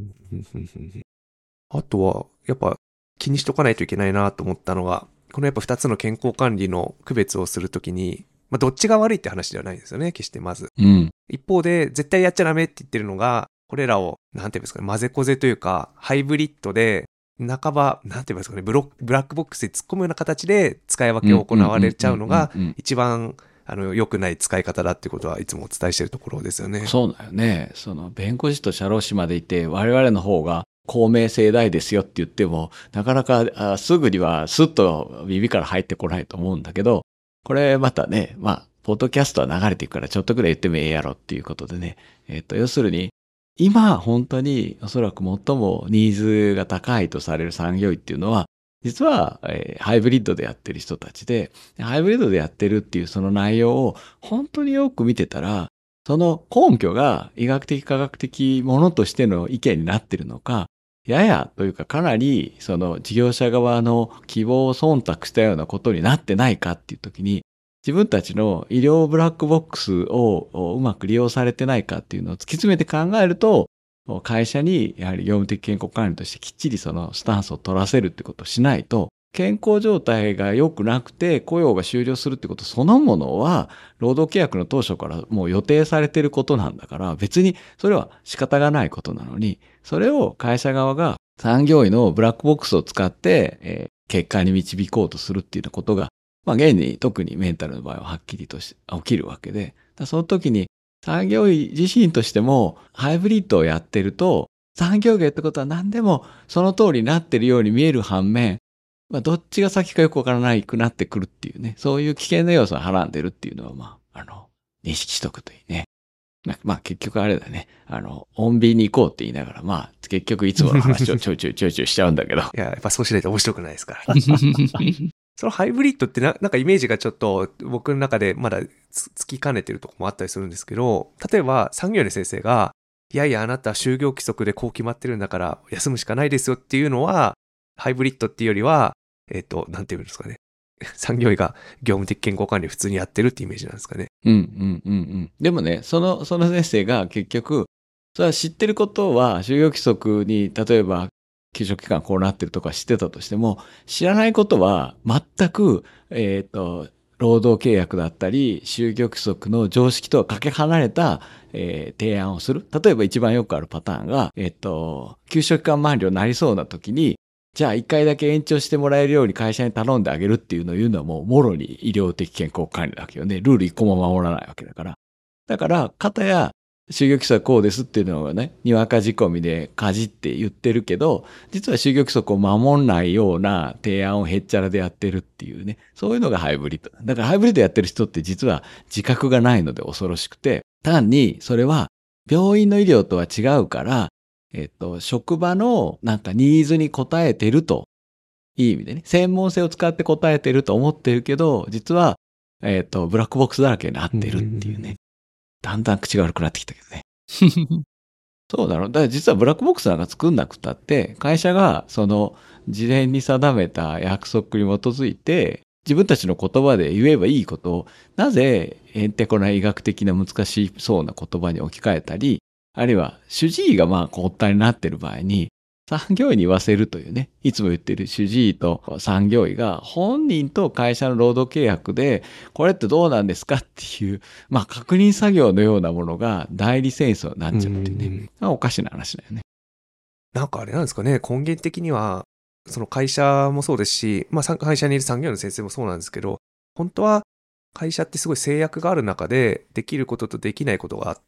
[SPEAKER 1] あとは、やっぱ気にしとかないといけないなと思ったのが、このやっぱ2つの健康管理の区別をするときに、まあどっちが悪いって話ではないんですよね、決してまず。一方で、絶対やっちゃダメって言ってるのが、これらを、なんていうんですかね、混ぜこぜというか、ハイブリッドで、半ば、なんていうんですかね、ブラックボックスで突っ込むような形で使い分けを行われちゃうのが、一番、良くない使い方だってことはいつもお伝えしているところですよね。
[SPEAKER 2] そうだよね。その、弁護士と社労士までいて、我々の方が公明正大ですよって言っても、なかなかすぐにはスッと耳から入ってこないと思うんだけど、これまたね、まあ、ポッドキャストは流れていくからちょっとぐらい言ってもええやろっていうことでね。要するに、今本当におそらく最もニーズが高いとされる産業医っていうのは、実は、ハイブリッドでやってる人たちで、ハイブリッドでやってるっていうその内容を本当によく見てたら、その根拠が医学的科学的ものとしての意見になってるのか、ややというかかなりその事業者側の希望を忖度したようなことになってないかっていう時に、自分たちの医療ブラックボックスをうまく利用されてないかっていうのを突き詰めて考えると、会社にやはり業務的健康管理としてきっちりそのスタンスを取らせるってことをしないと、健康状態が良くなくて雇用が終了するってことそのものは、労働契約の当初からもう予定されていることなんだから、別にそれは仕方がないことなのに、それを会社側が産業医のブラックボックスを使って、結果に導こうとするっていうようなことが、まあ現に特にメンタルの場合ははっきりとして起きるわけで、その時に産業医自身としてもハイブリッドをやってると、産業医がやったことは何でもその通りになってるように見える反面、まあどっちが先かよくわからないくなってくるっていうね、そういう危険な要素をはらんでるっていうのは、まあ、認識しとくといいね。まあ結局あれだね。穏便に行こうって言いながら、まあ結局いつもの話をちょいちょいしちゃうんだけど。
[SPEAKER 1] いや、やっぱそうしないと面白くないですから。そのハイブリッドってなんかイメージがちょっと僕の中でまだつきかねてるとこもあったりするんですけど、例えば産業医の先生が、いやいやあなたは就業規則でこう決まってるんだから休むしかないですよっていうのは、ハイブリッドっていうよりは、なんていうんですかね。産業医が業務的健康管理を普通にやってるってイメージなんですかね。
[SPEAKER 2] でもね、その先生が結局、それは知ってることは、就業規則に、例えば、給食期間こうなってるとか知ってたとしても、知らないことは全く、労働契約だったり、就業規則の常識とはかけ離れた、提案をする。例えば一番よくあるパターンが、給食期間満了になりそうな時に、じゃあ一回だけ延長してもらえるように会社に頼んであげるっていうのを言うのはもうもろに医療的健康管理だわけよね。ルール一個も守らないわけだから。だから、片や就業規則はこうですっていうのがね、にわか仕込みでかじって言ってるけど、実は就業規則を守んないような提案をへっちゃらでやってるっていうね、そういうのがハイブリッド。だからハイブリッドやってる人って実は自覚がないので恐ろしくて、単にそれは病院の医療とは違うから、職場のなんかニーズに応えてるといい意味でね、専門性を使って答えてると思ってるけど、実は、ブラックボックスだらけになってるっていうね。だんだん口が悪くなってきたけどね。そうだろう。だから実はブラックボックスなんか作んなくたって、会社がその事前に定めた約束に基づいて、自分たちの言葉で言えばいいことを、なぜへんてこな医学的な難しそうな言葉に置き換えたり、あるいは主治医がまあ発端になってる場合に、産業医に言わせるというね、いつも言ってる主治医と産業医が本人と会社の労働契約で、これってどうなんですかっていう、まあ確認作業のようなものが代理戦争になっちゃうっていうね、おかしな話だよね。
[SPEAKER 1] なんかあれなんですかね、根源的には、その会社もそうですし、まあ会社にいる産業医の先生もそうなんですけど、本当は会社ってすごい制約がある中で、できることとできないことがあって、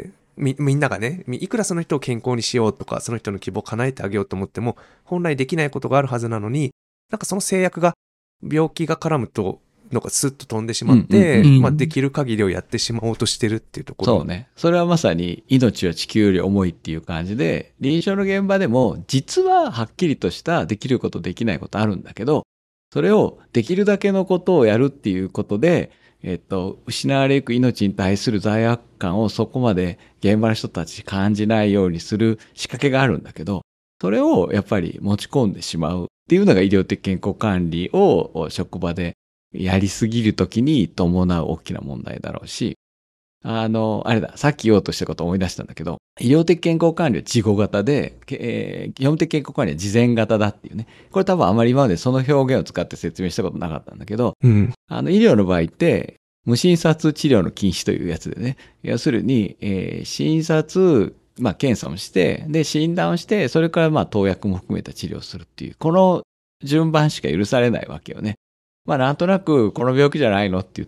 [SPEAKER 1] みんながね、いくらその人を健康にしようとか、その人の希望を叶えてあげようと思っても、本来できないことがあるはずなのに、なんかその制約が、病気が絡むと、なんかスッと飛んでしまって、まあできる限りをやってしまおうとしてるっていうところ。
[SPEAKER 2] そうね。それはまさに命は地球より重いっていう感じで、臨床の現場でも実ははっきりとしたできることできないことあるんだけど、それをできるだけのことをやるっていうことで、失われゆく命に対する罪悪感をそこまで現場の人たち感じないようにする仕掛けがあるんだけど、それをやっぱり持ち込んでしまうっていうのが医療的健康管理を職場でやりすぎるときに伴う大きな問題だろうし、あれだ、さっき言おうとしたことを思い出したんだけど、医療的健康管理は事後型で、基本的健康管理は事前型だっていうね。これ多分あまり今までその表現を使って説明したことなかったんだけど、医療の場合って、無診察治療の禁止というやつでね、要するに、診察、まあ検査をして、で診断をして、それからまあ投薬も含めた治療をするっていう、この順番しか許されないわけよね。まあなんとなくこの病気じゃないのって言って、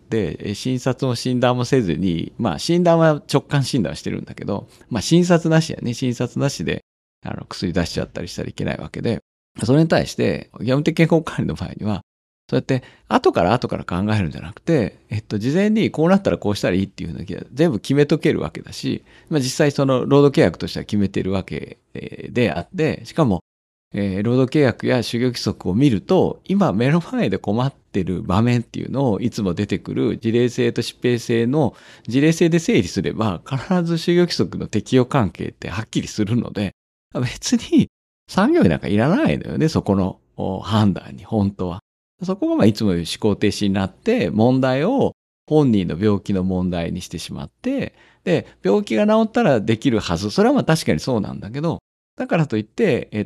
[SPEAKER 2] 診察も診断もせずに、まあ診断は直感診断してるんだけど、まあ診察なしやね、診察なしで薬出しちゃったりしたらいけないわけで、それに対して基本的健康管理の場合には、そうやって後から考えるんじゃなくて、事前にこうなったらこうしたらいいっていうのを全部決めとけるわけだし、まあ実際その労働契約としては決めてるわけであって、しかも労働契約や就業規則を見ると、今目の前で困ってる場面っていうのをいつも出てくる事例性と疾病性の事例性で整理すれば、必ず就業規則の適用関係ってはっきりするので、別に産業医なんかいらないのよね、そこの判断に、本当は。そこがまあいつも言う思考停止になって、問題を本人の病気の問題にしてしまって、で、病気が治ったらできるはず。それはまあ確かにそうなんだけど、だからといって、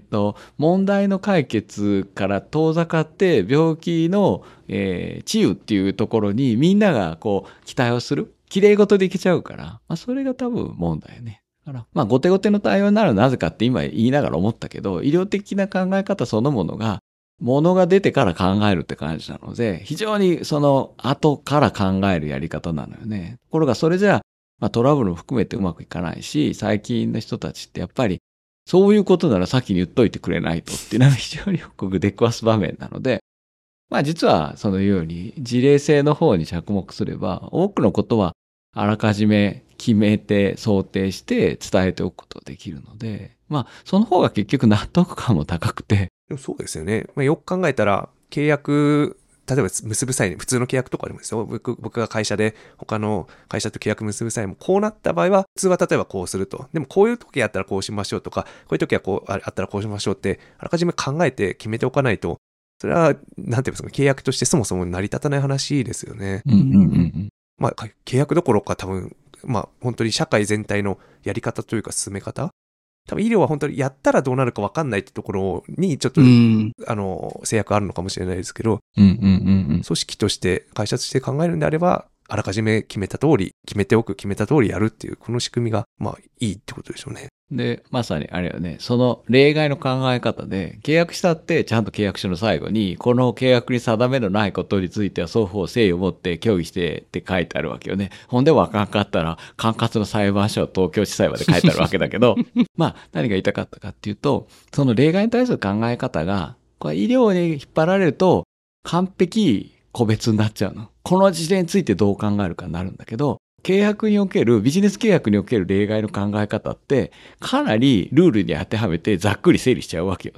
[SPEAKER 2] 問題の解決から遠ざかって、病気の、治癒っていうところにみんながこう期待をする。綺麗事でいけちゃうから、まあそれが多分問題ね。だからまあ後手後手の対応になるのはなぜかって今言いながら思ったけど、医療的な考え方そのものが、ものが出てから考えるって感じなので、非常にその後から考えるやり方なのよね。ところがそれじゃまあトラブルも含めてうまくいかないし、最近の人たちってやっぱりそういうことなら先に言っといてくれないとっていうのが非常によく出くわす場面なので、まあ実はそのように事例性の方に着目すれば、多くのことはあらかじめ決めて想定して伝えておくことができるので、まあその方が結局納得感も高くて。
[SPEAKER 1] でもそうですよね。まあ、よく考えたら契約、例えば結ぶ際に普通の契約とかでもですよ。僕が会社で他の会社と契約結ぶ際もこうなった場合は普通は例えばこうすると。でもこういう時やったらこうしましょうとか、こういう時はこうあったらこうしましょうってあらかじめ考えて決めておかないと、それはなんていうんですか、契約としてそもそも成り立たない話ですよね。まあ契約どころか多分まあ本当に社会全体のやり方というか進め方。多分医療は本当にやったらどうなるか分かんないってところにちょっと、制約あるのかもしれないですけど、組織として会社として考えるんであればあらかじめ決めた通りやるっていうこの仕組みがまあいいってことでしょうね。
[SPEAKER 2] で、まさにあれよね、その例外の考え方で、契約したってちゃんと契約書の最後に、この契約に定めのないことについては双方誠意を持って協議してって書いてあるわけよね。ほんで分かんかったら、管轄の裁判所は東京地裁まで書いてあるわけだけど、まあ何が言いたかったかっていうと、その例外に対する考え方が、これ医療に引っ張られると完璧個別になっちゃうの。この事例についてどう考えるかになるんだけど、契約における、ビジネス契約における例外の考え方って、かなりルールに当てはめてざっくり整理しちゃうわけよね。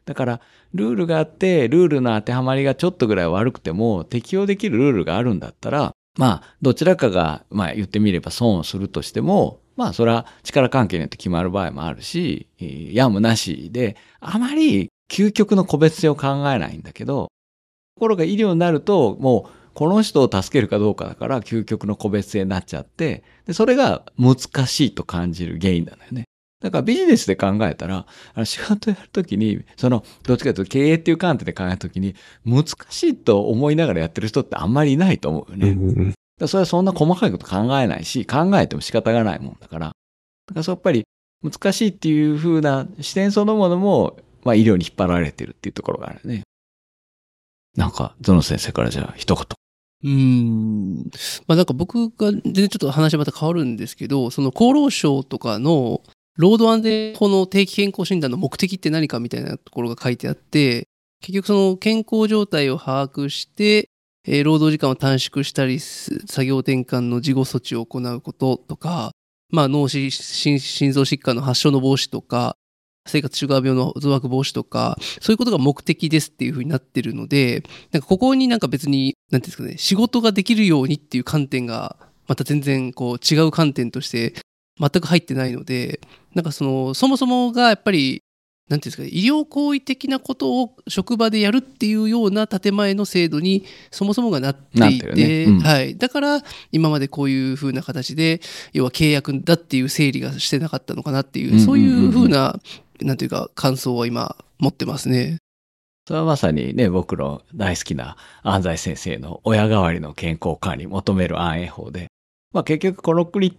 [SPEAKER 2] だからルールがあってルールの当てはまりがちょっとぐらい悪くても適用できるルールがあるんだったら、まあどちらかが言ってみれば損をするとしても、まあそれは力関係によって決まる場合もあるし、やむなしであまり究極の個別性を考えないんだけど、ところが医療になるともうこの人を助けるかどうかだから究極の個別性になっちゃって、でそれが難しいと感じる原因なんだよね。だからビジネスで考えたら、仕事やるときに、どっちかというと経営っていう観点で考えたときに、難しいと思いながらやってる人ってあんまりいないと思うよね。だからそれはそんな細かいこと考えないし、考えても仕方がないもんだから。だからやっぱり難しいっていう風な視点そのものも、医療に引っ張られてるっていうところがあるね。なんか、ゾノ先生からじゃあ一言。
[SPEAKER 3] なんか僕が全然ちょっと話また変わるんですけど、その厚労省とかの労働安全法の定期健康診断の目的って何かみたいなところが書いてあって、結局その健康状態を把握して、労働時間を短縮したり、作業転換の事後措置を行うこととか、脳死、心臓疾患の発症の防止とか、生活習慣病の増悪防止とか、そういうことが目的ですっていう風になってるので、なんかここになんか別に、なんていうんですかね、仕事ができるようにっていう観点が、また全然こう違う観点として全く入ってないので、なんかそもそもがやっぱり、なんていうんですかね、医療行為的なことを職場でやるっていうような建前の制度にそもそもがなっていて、はい。だから今までこういう風な形で、要は契約だっていう整理がしてなかったのかなっていう、そういう風な、なんていうか感想は今持ってますね。
[SPEAKER 2] それはまさにね、僕の大好きな安西先生の親代わりの健康管理求める安永法で、結局この国って、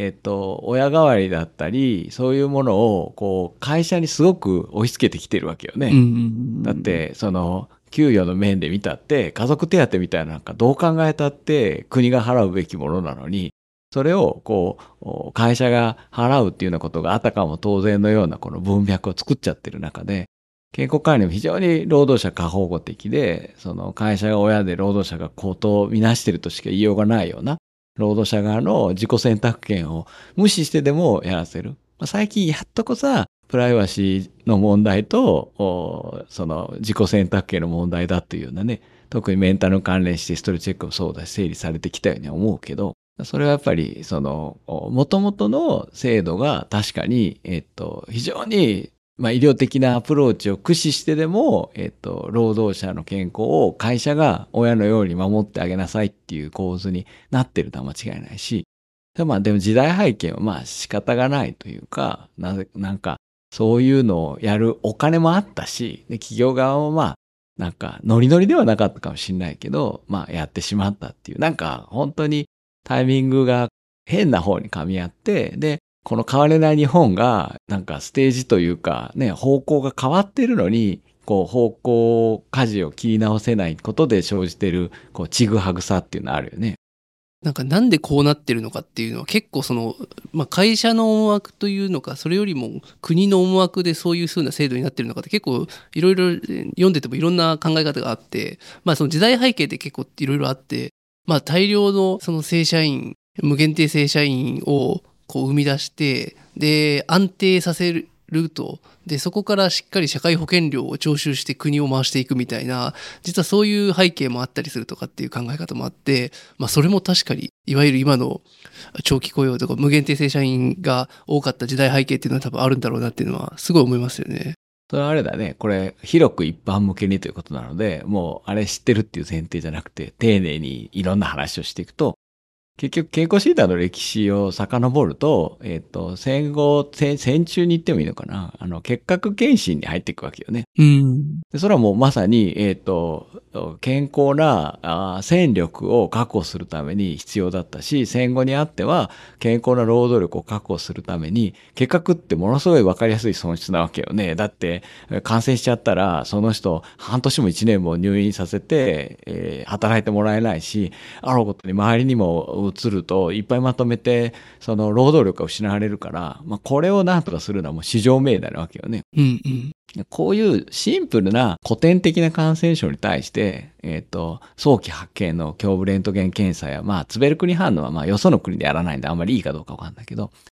[SPEAKER 2] 親代わりだったり、そういうものをこう会社にすごく押し付けてきてるわけよね。だって給与の面で見たって家族手当みたいななんかどう考えたって国が払うべきものなのに、それをこう会社が払うっていうようなことがあたかも当然のようなこの文脈を作っちゃってる中で、健康管理も非常に労働者過保護的で、その会社が親で労働者が口頭を見なしてるとしか言いようがないような労働者側の自己選択権を無視してでもやらせる。最近やっとこさ、プライバシーの問題と、その自己選択権の問題だというようなね、特にメンタル関連してヒストリーチェックもそうだし、整理されてきたように思うけど、それはやっぱり、元々の制度が確かに、非常に、医療的なアプローチを駆使してでも、労働者の健康を会社が親のように守ってあげなさいっていう構図になってるのは間違いないし、でも時代背景は仕方がないというか、なんかそういうのをやるお金もあったし、で企業側もなんかノリノリではなかったかもしれないけど、やってしまったっていう、なんか本当にタイミングが変な方に噛み合って、で、この変われない日本が、なんかステージというか、ね、方向が変わってるのに、こう方向、舵を切り直せないことで生じてる、ちぐはぐさっていうのあるよね。
[SPEAKER 3] なんでこうなってるのかっていうのは結構会社の思惑というのか、それよりも国の思惑でそういう風な制度になってるのかって結構いろいろ読んでてもいろんな考え方があって、その時代背景って結構いろいろあって、大量のその正社員、無限定正社員をこう生み出して、で安定させると、でそこからしっかり社会保険料を徴収して国を回していくみたいな、実はそういう背景もあったりするとかっていう考え方もあって、それも確かにいわゆる今の長期雇用とか無限定正社員が多かった時代背景っていうのは多分あるんだろうなっていうのはすごい思いますよね。
[SPEAKER 2] それはあれだね。これ広く一般向けにということなので、もうあれ知ってるっていう前提じゃなくて、丁寧にいろんな話をしていくと、結局健康診断の歴史を遡ると、戦後、戦中に言ってもいいのかな、結核検診に入っていくわけよね。でそれはもうまさに、健康な戦力を確保するために必要だったし、戦後にあっては健康な労働力を確保するために、結核ってものすごい分かりやすい損失なわけよね。だって感染しちゃったら、その人半年も1年も入院させて、働いてもらえないし、あることに周りにも移るといっぱいまとめてその労働力が失われるから、これを何とかするのはもう至上命題なわけよね。こういうシンプルな古典的な感染症に対して、早期発見の胸部レントゲン検査や、ツベルクニ反応はよその国でやらないんであんまりいいかどうかわかんないけど、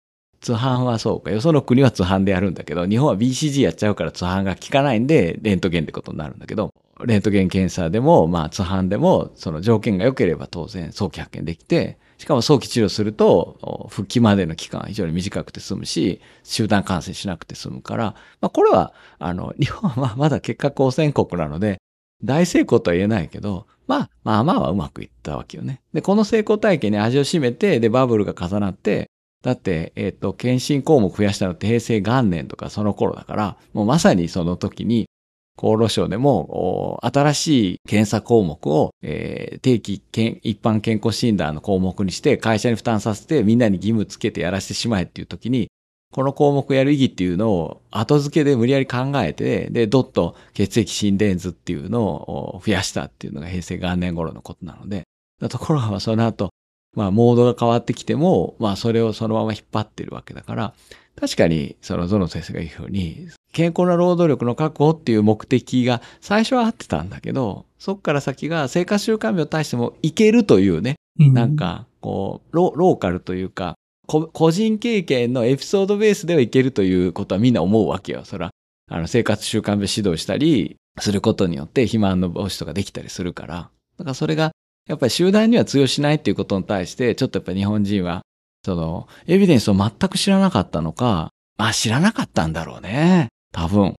[SPEAKER 2] 通販はそうか。よその国は通販でやるんだけど、日本は BCG やっちゃうから通販が効かないんで、レントゲンってことになるんだけど、レントゲン検査でも、通販でも、その条件が良ければ当然早期発見できて、しかも早期治療すると、復帰までの期間は非常に短くて済むし、集団感染しなくて済むから、これは、日本はまだ結果好戦国なので、大成功とは言えないけど、まあはうまくいったわけよね。で、この成功体験に味を占めて、で、バブルが重なって、だって、検診項目増やしたのって平成元年とかその頃だから、もうまさにその時に、厚労省でも、新しい検査項目を、定期一般健康診断の項目にして、会社に負担させて、みんなに義務つけてやらせてしまえっていう時に、この項目をやる意義っていうのを後付けで無理やり考えて、で、ドッと血液心電図っていうのを増やしたっていうのが平成元年頃のことなので、ところがその後、モードが変わってきても、それをそのまま引っ張ってるわけだから、確かに、ゾノ先生が言うように、健康な労働力の確保っていう目的が最初は合ってたんだけど、そっから先が生活習慣病に対してもいけるというね、なんか、ローカルというか、個人経験のエピソードベースではいけるということはみんな思うわけよ。そら、生活習慣病指導したりすることによって肥満の防止とかできたりするから。だからそれが、やっぱり集団には通用しないっていうことに対して、ちょっとやっぱり日本人は、エビデンスを全く知らなかったのか、知らなかったんだろうね。多分。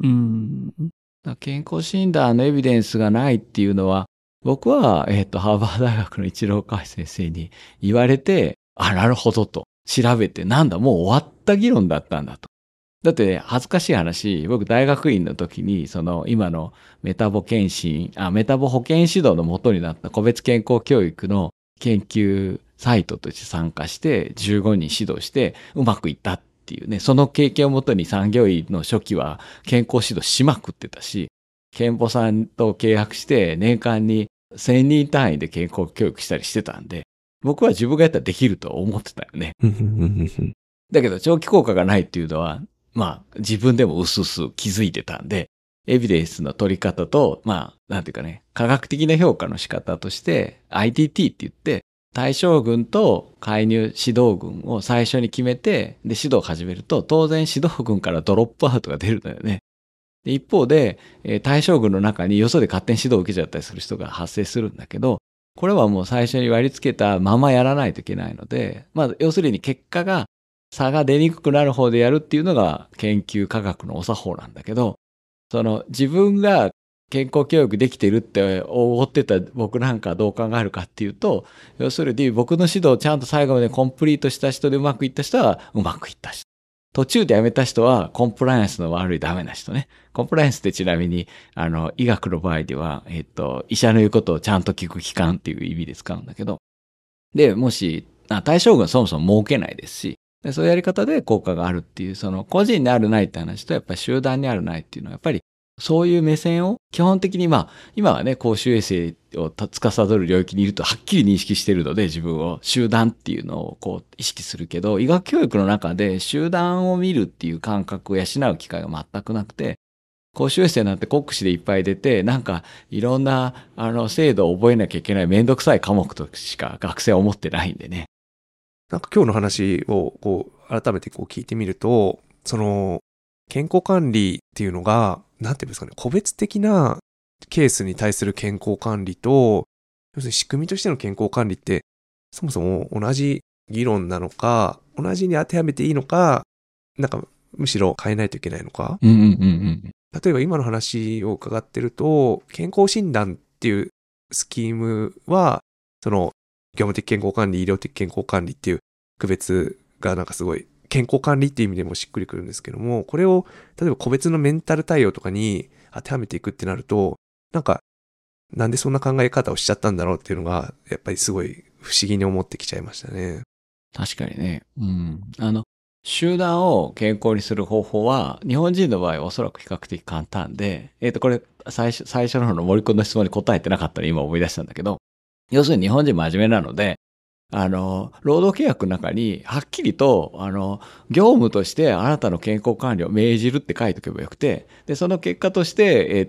[SPEAKER 2] 健康診断のエビデンスがないっていうのは、僕は、ハーバード大学の一郎海先生に言われて、なるほどと。調べて、なんだ、もう終わった議論だったんだと。だって、恥ずかしい話、僕大学院の時に、今のメタボ保健指導の元になった個別健康教育の研究サイトとして参加して、15人指導して、うまくいったっていうね、その経験をもとに産業医の初期は健康指導しまくってたし、健保さんと契約して年間に1000人単位で健康教育したりしてたんで、僕は自分がやったらできると思ってたよね。だけど長期効果がないっていうのは、自分でも薄々気づいてたんで、エビデンスの取り方と、なんていうかね、科学的な評価の仕方として、ITT って言って、対象群と介入指導群を最初に決めて、で、指導を始めると、当然指導群からドロップアウトが出るのよね。で一方で、対象群の中によそで勝手に指導を受けちゃったりする人が発生するんだけど、これはもう最初に割り付けたままやらないといけないので、要するに結果が差が出にくくなる方でやるっていうのが研究科学のお作法なんだけど、自分が健康教育できてるって思ってた僕なんかどう考えるかっていうと、要するに僕の指導をちゃんと最後までコンプリートした人でうまくいった人はうまくいった人。途中でやめた人はコンプライアンスの悪いダメな人ね。コンプライアンスってちなみに、医学の場合では、医者の言うことをちゃんと聞く機関っていう意味で使うんだけど。で、もし、対象群はそもそも設けないですし、そういうやり方で効果があるっていう、個人にあるないって話と、やっぱり集団にあるないっていうのは、やっぱりそういう目線を基本的に今はね、公衆衛生を司る領域にいるとはっきり認識しているので、自分を集団っていうのを意識するけど、医学教育の中で集団を見るっていう感覚を養う機会が全くなくて、公衆衛生なんて国試でいっぱい出て、なんかいろんな制度を覚えなきゃいけないめんどくさい科目としか学生は思ってないんでね。
[SPEAKER 1] なんか今日の話を改めて聞いてみると、健康管理っていうのが、なんていうんですかね、個別的なケースに対する健康管理と、要するに仕組みとしての健康管理って、そもそも同じ議論なのか、同じに当てはめていいのか、なんかむしろ変えないといけないのか。例えば今の話を伺ってると、健康診断っていうスキームは、業務的健康管理、医療的健康管理っていう区別がなんかすごい、健康管理っていう意味でもしっくりくるんですけども、これを例えば個別のメンタル対応とかに当てはめていくってなると、なんでそんな考え方をしちゃったんだろうっていうのが、やっぱりすごい不思議に思ってきちゃいましたね。
[SPEAKER 2] 確かにね。集団を健康にする方法は、日本人の場合はおそらく比較的簡単で、これ最初の方の森君の質問に答えてなかったの今思い出したんだけど、要するに日本人真面目なので、労働契約の中にはっきりと、業務としてあなたの健康管理を命じるって書いておけばよくて、で、その結果として、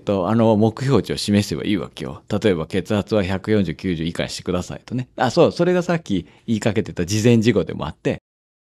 [SPEAKER 2] 目標値を示せばいいわけよ。例えば血圧は140、90以下にしてくださいとね。それがさっき言いかけてた事前事項でもあって、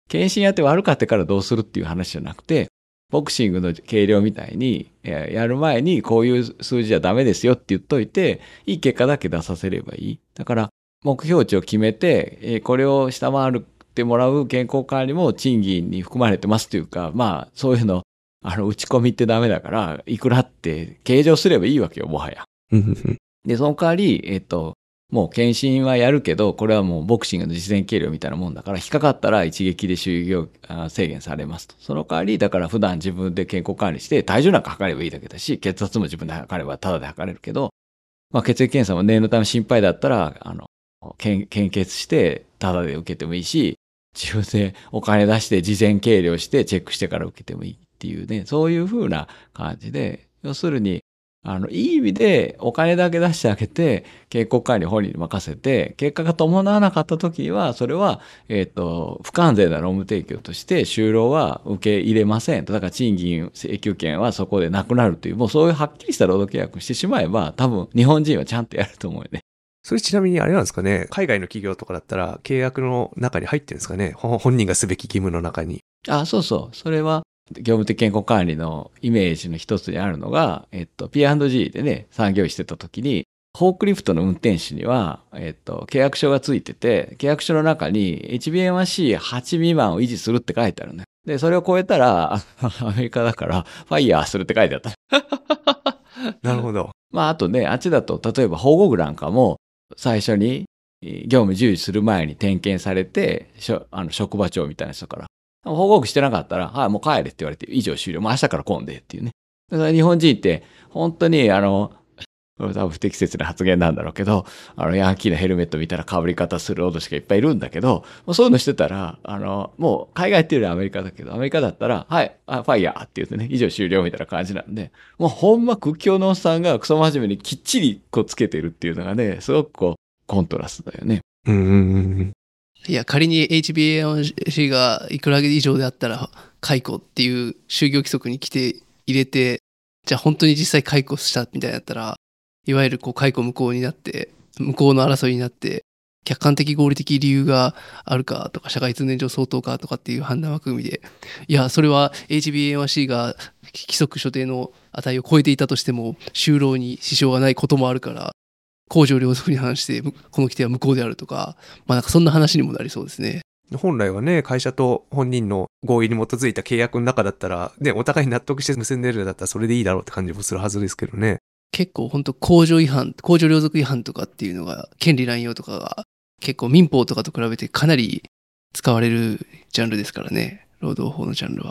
[SPEAKER 2] 検診やって悪かったからどうするっていう話じゃなくて、ボクシングの計量みたいに、やる前にこういう数字じゃダメですよって言っといて、いい結果だけ出させればいい。だから、目標値を決めて、これを下回ってもらう健康管理も賃金に含まれてますというか、まあ、そういうの、打ち込みってダメだから、いくらって計上すればいいわけよ、もはや。で、その代わり、もう検診はやるけど、これはもうボクシングの実践計量みたいなもんだから、引っかかったら一撃で就業制限されますと。その代わり、だから普段自分で健康管理して、体重なんか測ればいいだけだし、血圧も自分で測ればタダで測れるけど、まあ血液検査も念のため心配だったら、献血してタダで受けてもいいし、自分でお金出して事前計量してチェックしてから受けてもいいっていうね、そういう風な感じで、要するに、いい意味でお金だけ出してあげて、健康管理本人に任せて、結果が伴わなかった時には、それは、不完全な労務提供として就労は受け入れませんと。だから賃金請求権はそこでなくなるという、もうそういうはっきりした労働契約をしてしまえば、多分日本人はちゃんとやると思うよね。
[SPEAKER 1] それちなみにあれなんですかね、海外の企業とかだったら契約の中に入ってるんですかね、本人がすべき義務の中に。
[SPEAKER 2] そうそう。それは、業務的健康管理のイメージの一つにあるのが、P&G でね、産業医してた時に、フォークリフトの運転手には、契約書がついてて、契約書の中に HbA1c8 未満を維持するって書いてあるね。で、それを超えたら、アメリカだから、ファイヤーするって書いてあった。
[SPEAKER 1] なるほど。
[SPEAKER 2] まあ、あとね、あっちだと、例えば保護具なんかも、最初に業務従事する前に点検されて、職場長みたいな人から、報告してなかったら、はい、もう帰れって言われて、以上終了。もう明日から来んでっていうね。だから日本人って、本当に多分不適切な発言なんだろうけど、ヤンキーのヘルメット見たら被り方する脅しがいっぱいいるんだけど、もうそういうのしてたら、もう海外っていうよりアメリカだけど、アメリカだったら、はい、ファイヤーって言ってね、以上終了みたいな感じなんで、もうほんま屈強のおっさんがクソ真面目にきっちりこうつけてるっていうのがね、すごくこう、コントラストだよね。
[SPEAKER 3] いや、仮に HbA1c がいくら以上であったら解雇っていう就業規則に入れて、じゃあ本当に実際解雇したみたいだったら、いわゆるこう解雇無効になって、無効の争いになって、客観的合理的理由があるかとか、社会通念上相当かとかっていう判断枠組みで、いや、それは HbA1c が規則所定の値を超えていたとしても、就労に支障がないこともあるから、公序良俗に反してこの規定は無効であるとか、まあなんかそんな話にもなりそうですね。
[SPEAKER 1] 本来はね、会社と本人の合意に基づいた契約の中だったら、ね、お互いに納得して結んでるんだったらそれでいいだろうって感じもするはずですけどね。
[SPEAKER 3] 結構本当公序良俗違反とかっていうのが、権利乱用とかが結構民法とかと比べてかなり使われるジャンルですからね、労働法のジャンルは。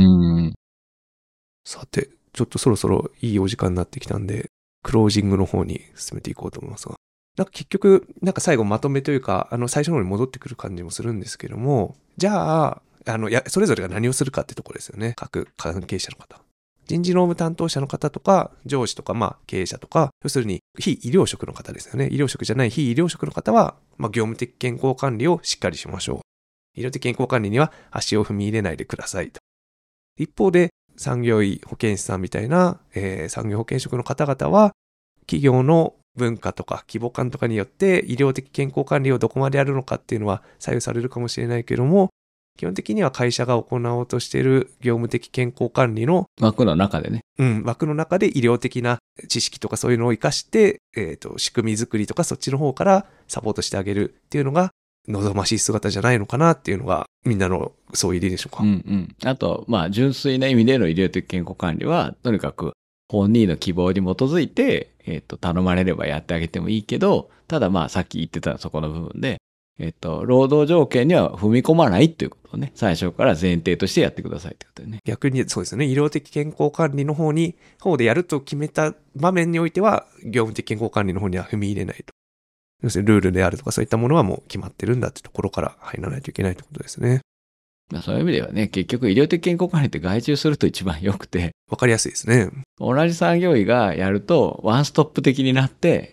[SPEAKER 1] さて、ちょっとそろそろいいお時間になってきたんで、クロージングの方に進めていこうと思いますが。なんか結局、なんか最後まとめというか、最初の方に戻ってくる感じもするんですけども、じゃあ、それぞれが何をするかってところですよね。各関係者の方。人事労務担当者の方とか、上司とか、経営者とか、要するに非医療職の方ですよね。医療職じゃない非医療職の方は、業務的健康管理をしっかりしましょう。医療的健康管理には足を踏み入れないでくださいと。一方で、産業医保健師さんみたいな、産業保健職の方々は、企業の文化とか規模感とかによって医療的健康管理をどこまでやるのかっていうのは左右されるかもしれないけども、基本的には会社が行おうとしている業務的健康管理の
[SPEAKER 2] 枠の中でね。
[SPEAKER 1] 枠の中で医療的な知識とかそういうのを活かして、仕組み作りとかそっちの方からサポートしてあげるっていうのが望ましい姿じゃないのかなっていうのがみんなのそういう意でしょうか。
[SPEAKER 2] あと、純粋な意味での医療的健康管理は、とにかく本人の希望に基づいて、頼まれればやってあげてもいいけど、たださっき言ってたそこの部分で、労働条件には踏み込まないっていうことをね、最初から前提としてやってくださいってことでね。
[SPEAKER 1] 逆にそうですね、医療的健康管理の方でやると決めた場面においては、業務的健康管理の方には踏み入れないと。要するにルールであるとかそういったものはもう決まってるんだってところから入らないといけないってことですね。
[SPEAKER 2] そういう意味ではね、結局医療的健康管理って外注すると一番良くて。
[SPEAKER 1] わかりやすいですね。
[SPEAKER 2] 同じ産業医がやるとワンストップ的になって、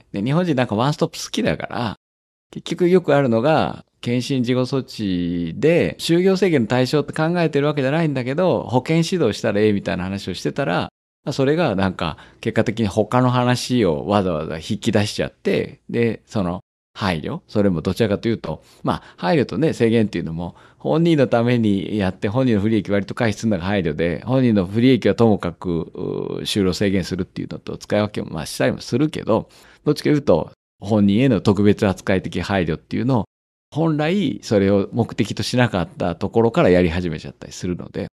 [SPEAKER 2] で日本人なんかワンストップ好きだから、結局よくあるのが、検診事後措置で就業制限の対象って考えてるわけじゃないんだけど、保健指導したらええみたいな話をしてたら、それがなんか結果的に他の話をわざわざ引き出しちゃって、で、その配慮。それもどちらかというと、配慮とね、制限っていうのも、本人のためにやって、本人の不利益割と回避するのが配慮で、本人の不利益はともかく、就労制限するっていうのと使い分けもしたりもするけど、どっちかというと、本人への特別扱い的配慮っていうのを、本来それを目的としなかったところからやり始めちゃったりするので。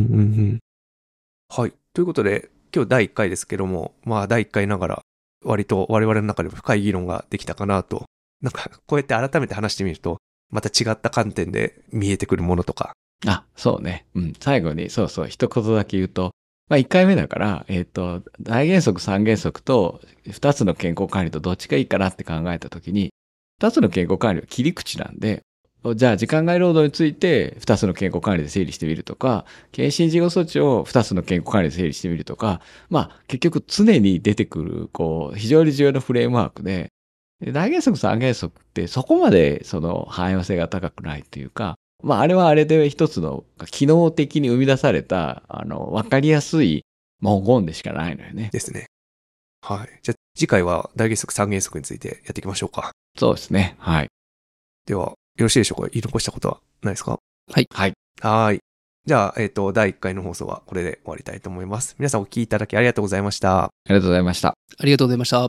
[SPEAKER 1] はい。ということで、今日第1回ですけども、第1回ながら、割と我々の中でも深い議論ができたかなと。なんか、こうやって改めて話してみると、また違った観点で見えてくるものとか。
[SPEAKER 2] そうね。最後に、一言だけ言うと、1回目だから、大原則3原則と2つの健康管理とどっちがいいかなって考えたときに、2つの健康管理は切り口なんで、じゃあ時間外労働について2つの健康管理で整理してみるとか、検診事業措置を2つの健康管理で整理してみるとか、結局常に出てくる、非常に重要なフレームワークで、大原則3原則ってそこまで汎用性が高くないというか、あれはあれで一つの機能的に生み出された、わかりやすい文言でしかないのよね。
[SPEAKER 1] ですね。はい。じゃあ次回は大原則3原則についてやっていきましょうか。
[SPEAKER 2] そうですね。はい。
[SPEAKER 1] では、よろしいでしょうか？言い残したことはないですか？
[SPEAKER 3] はい。
[SPEAKER 1] はい。じゃあ、第1回の放送はこれで終わりたいと思います。皆さんお聞きいただきありがとうございました。
[SPEAKER 2] ありがとうございました。
[SPEAKER 3] ありがとうございました。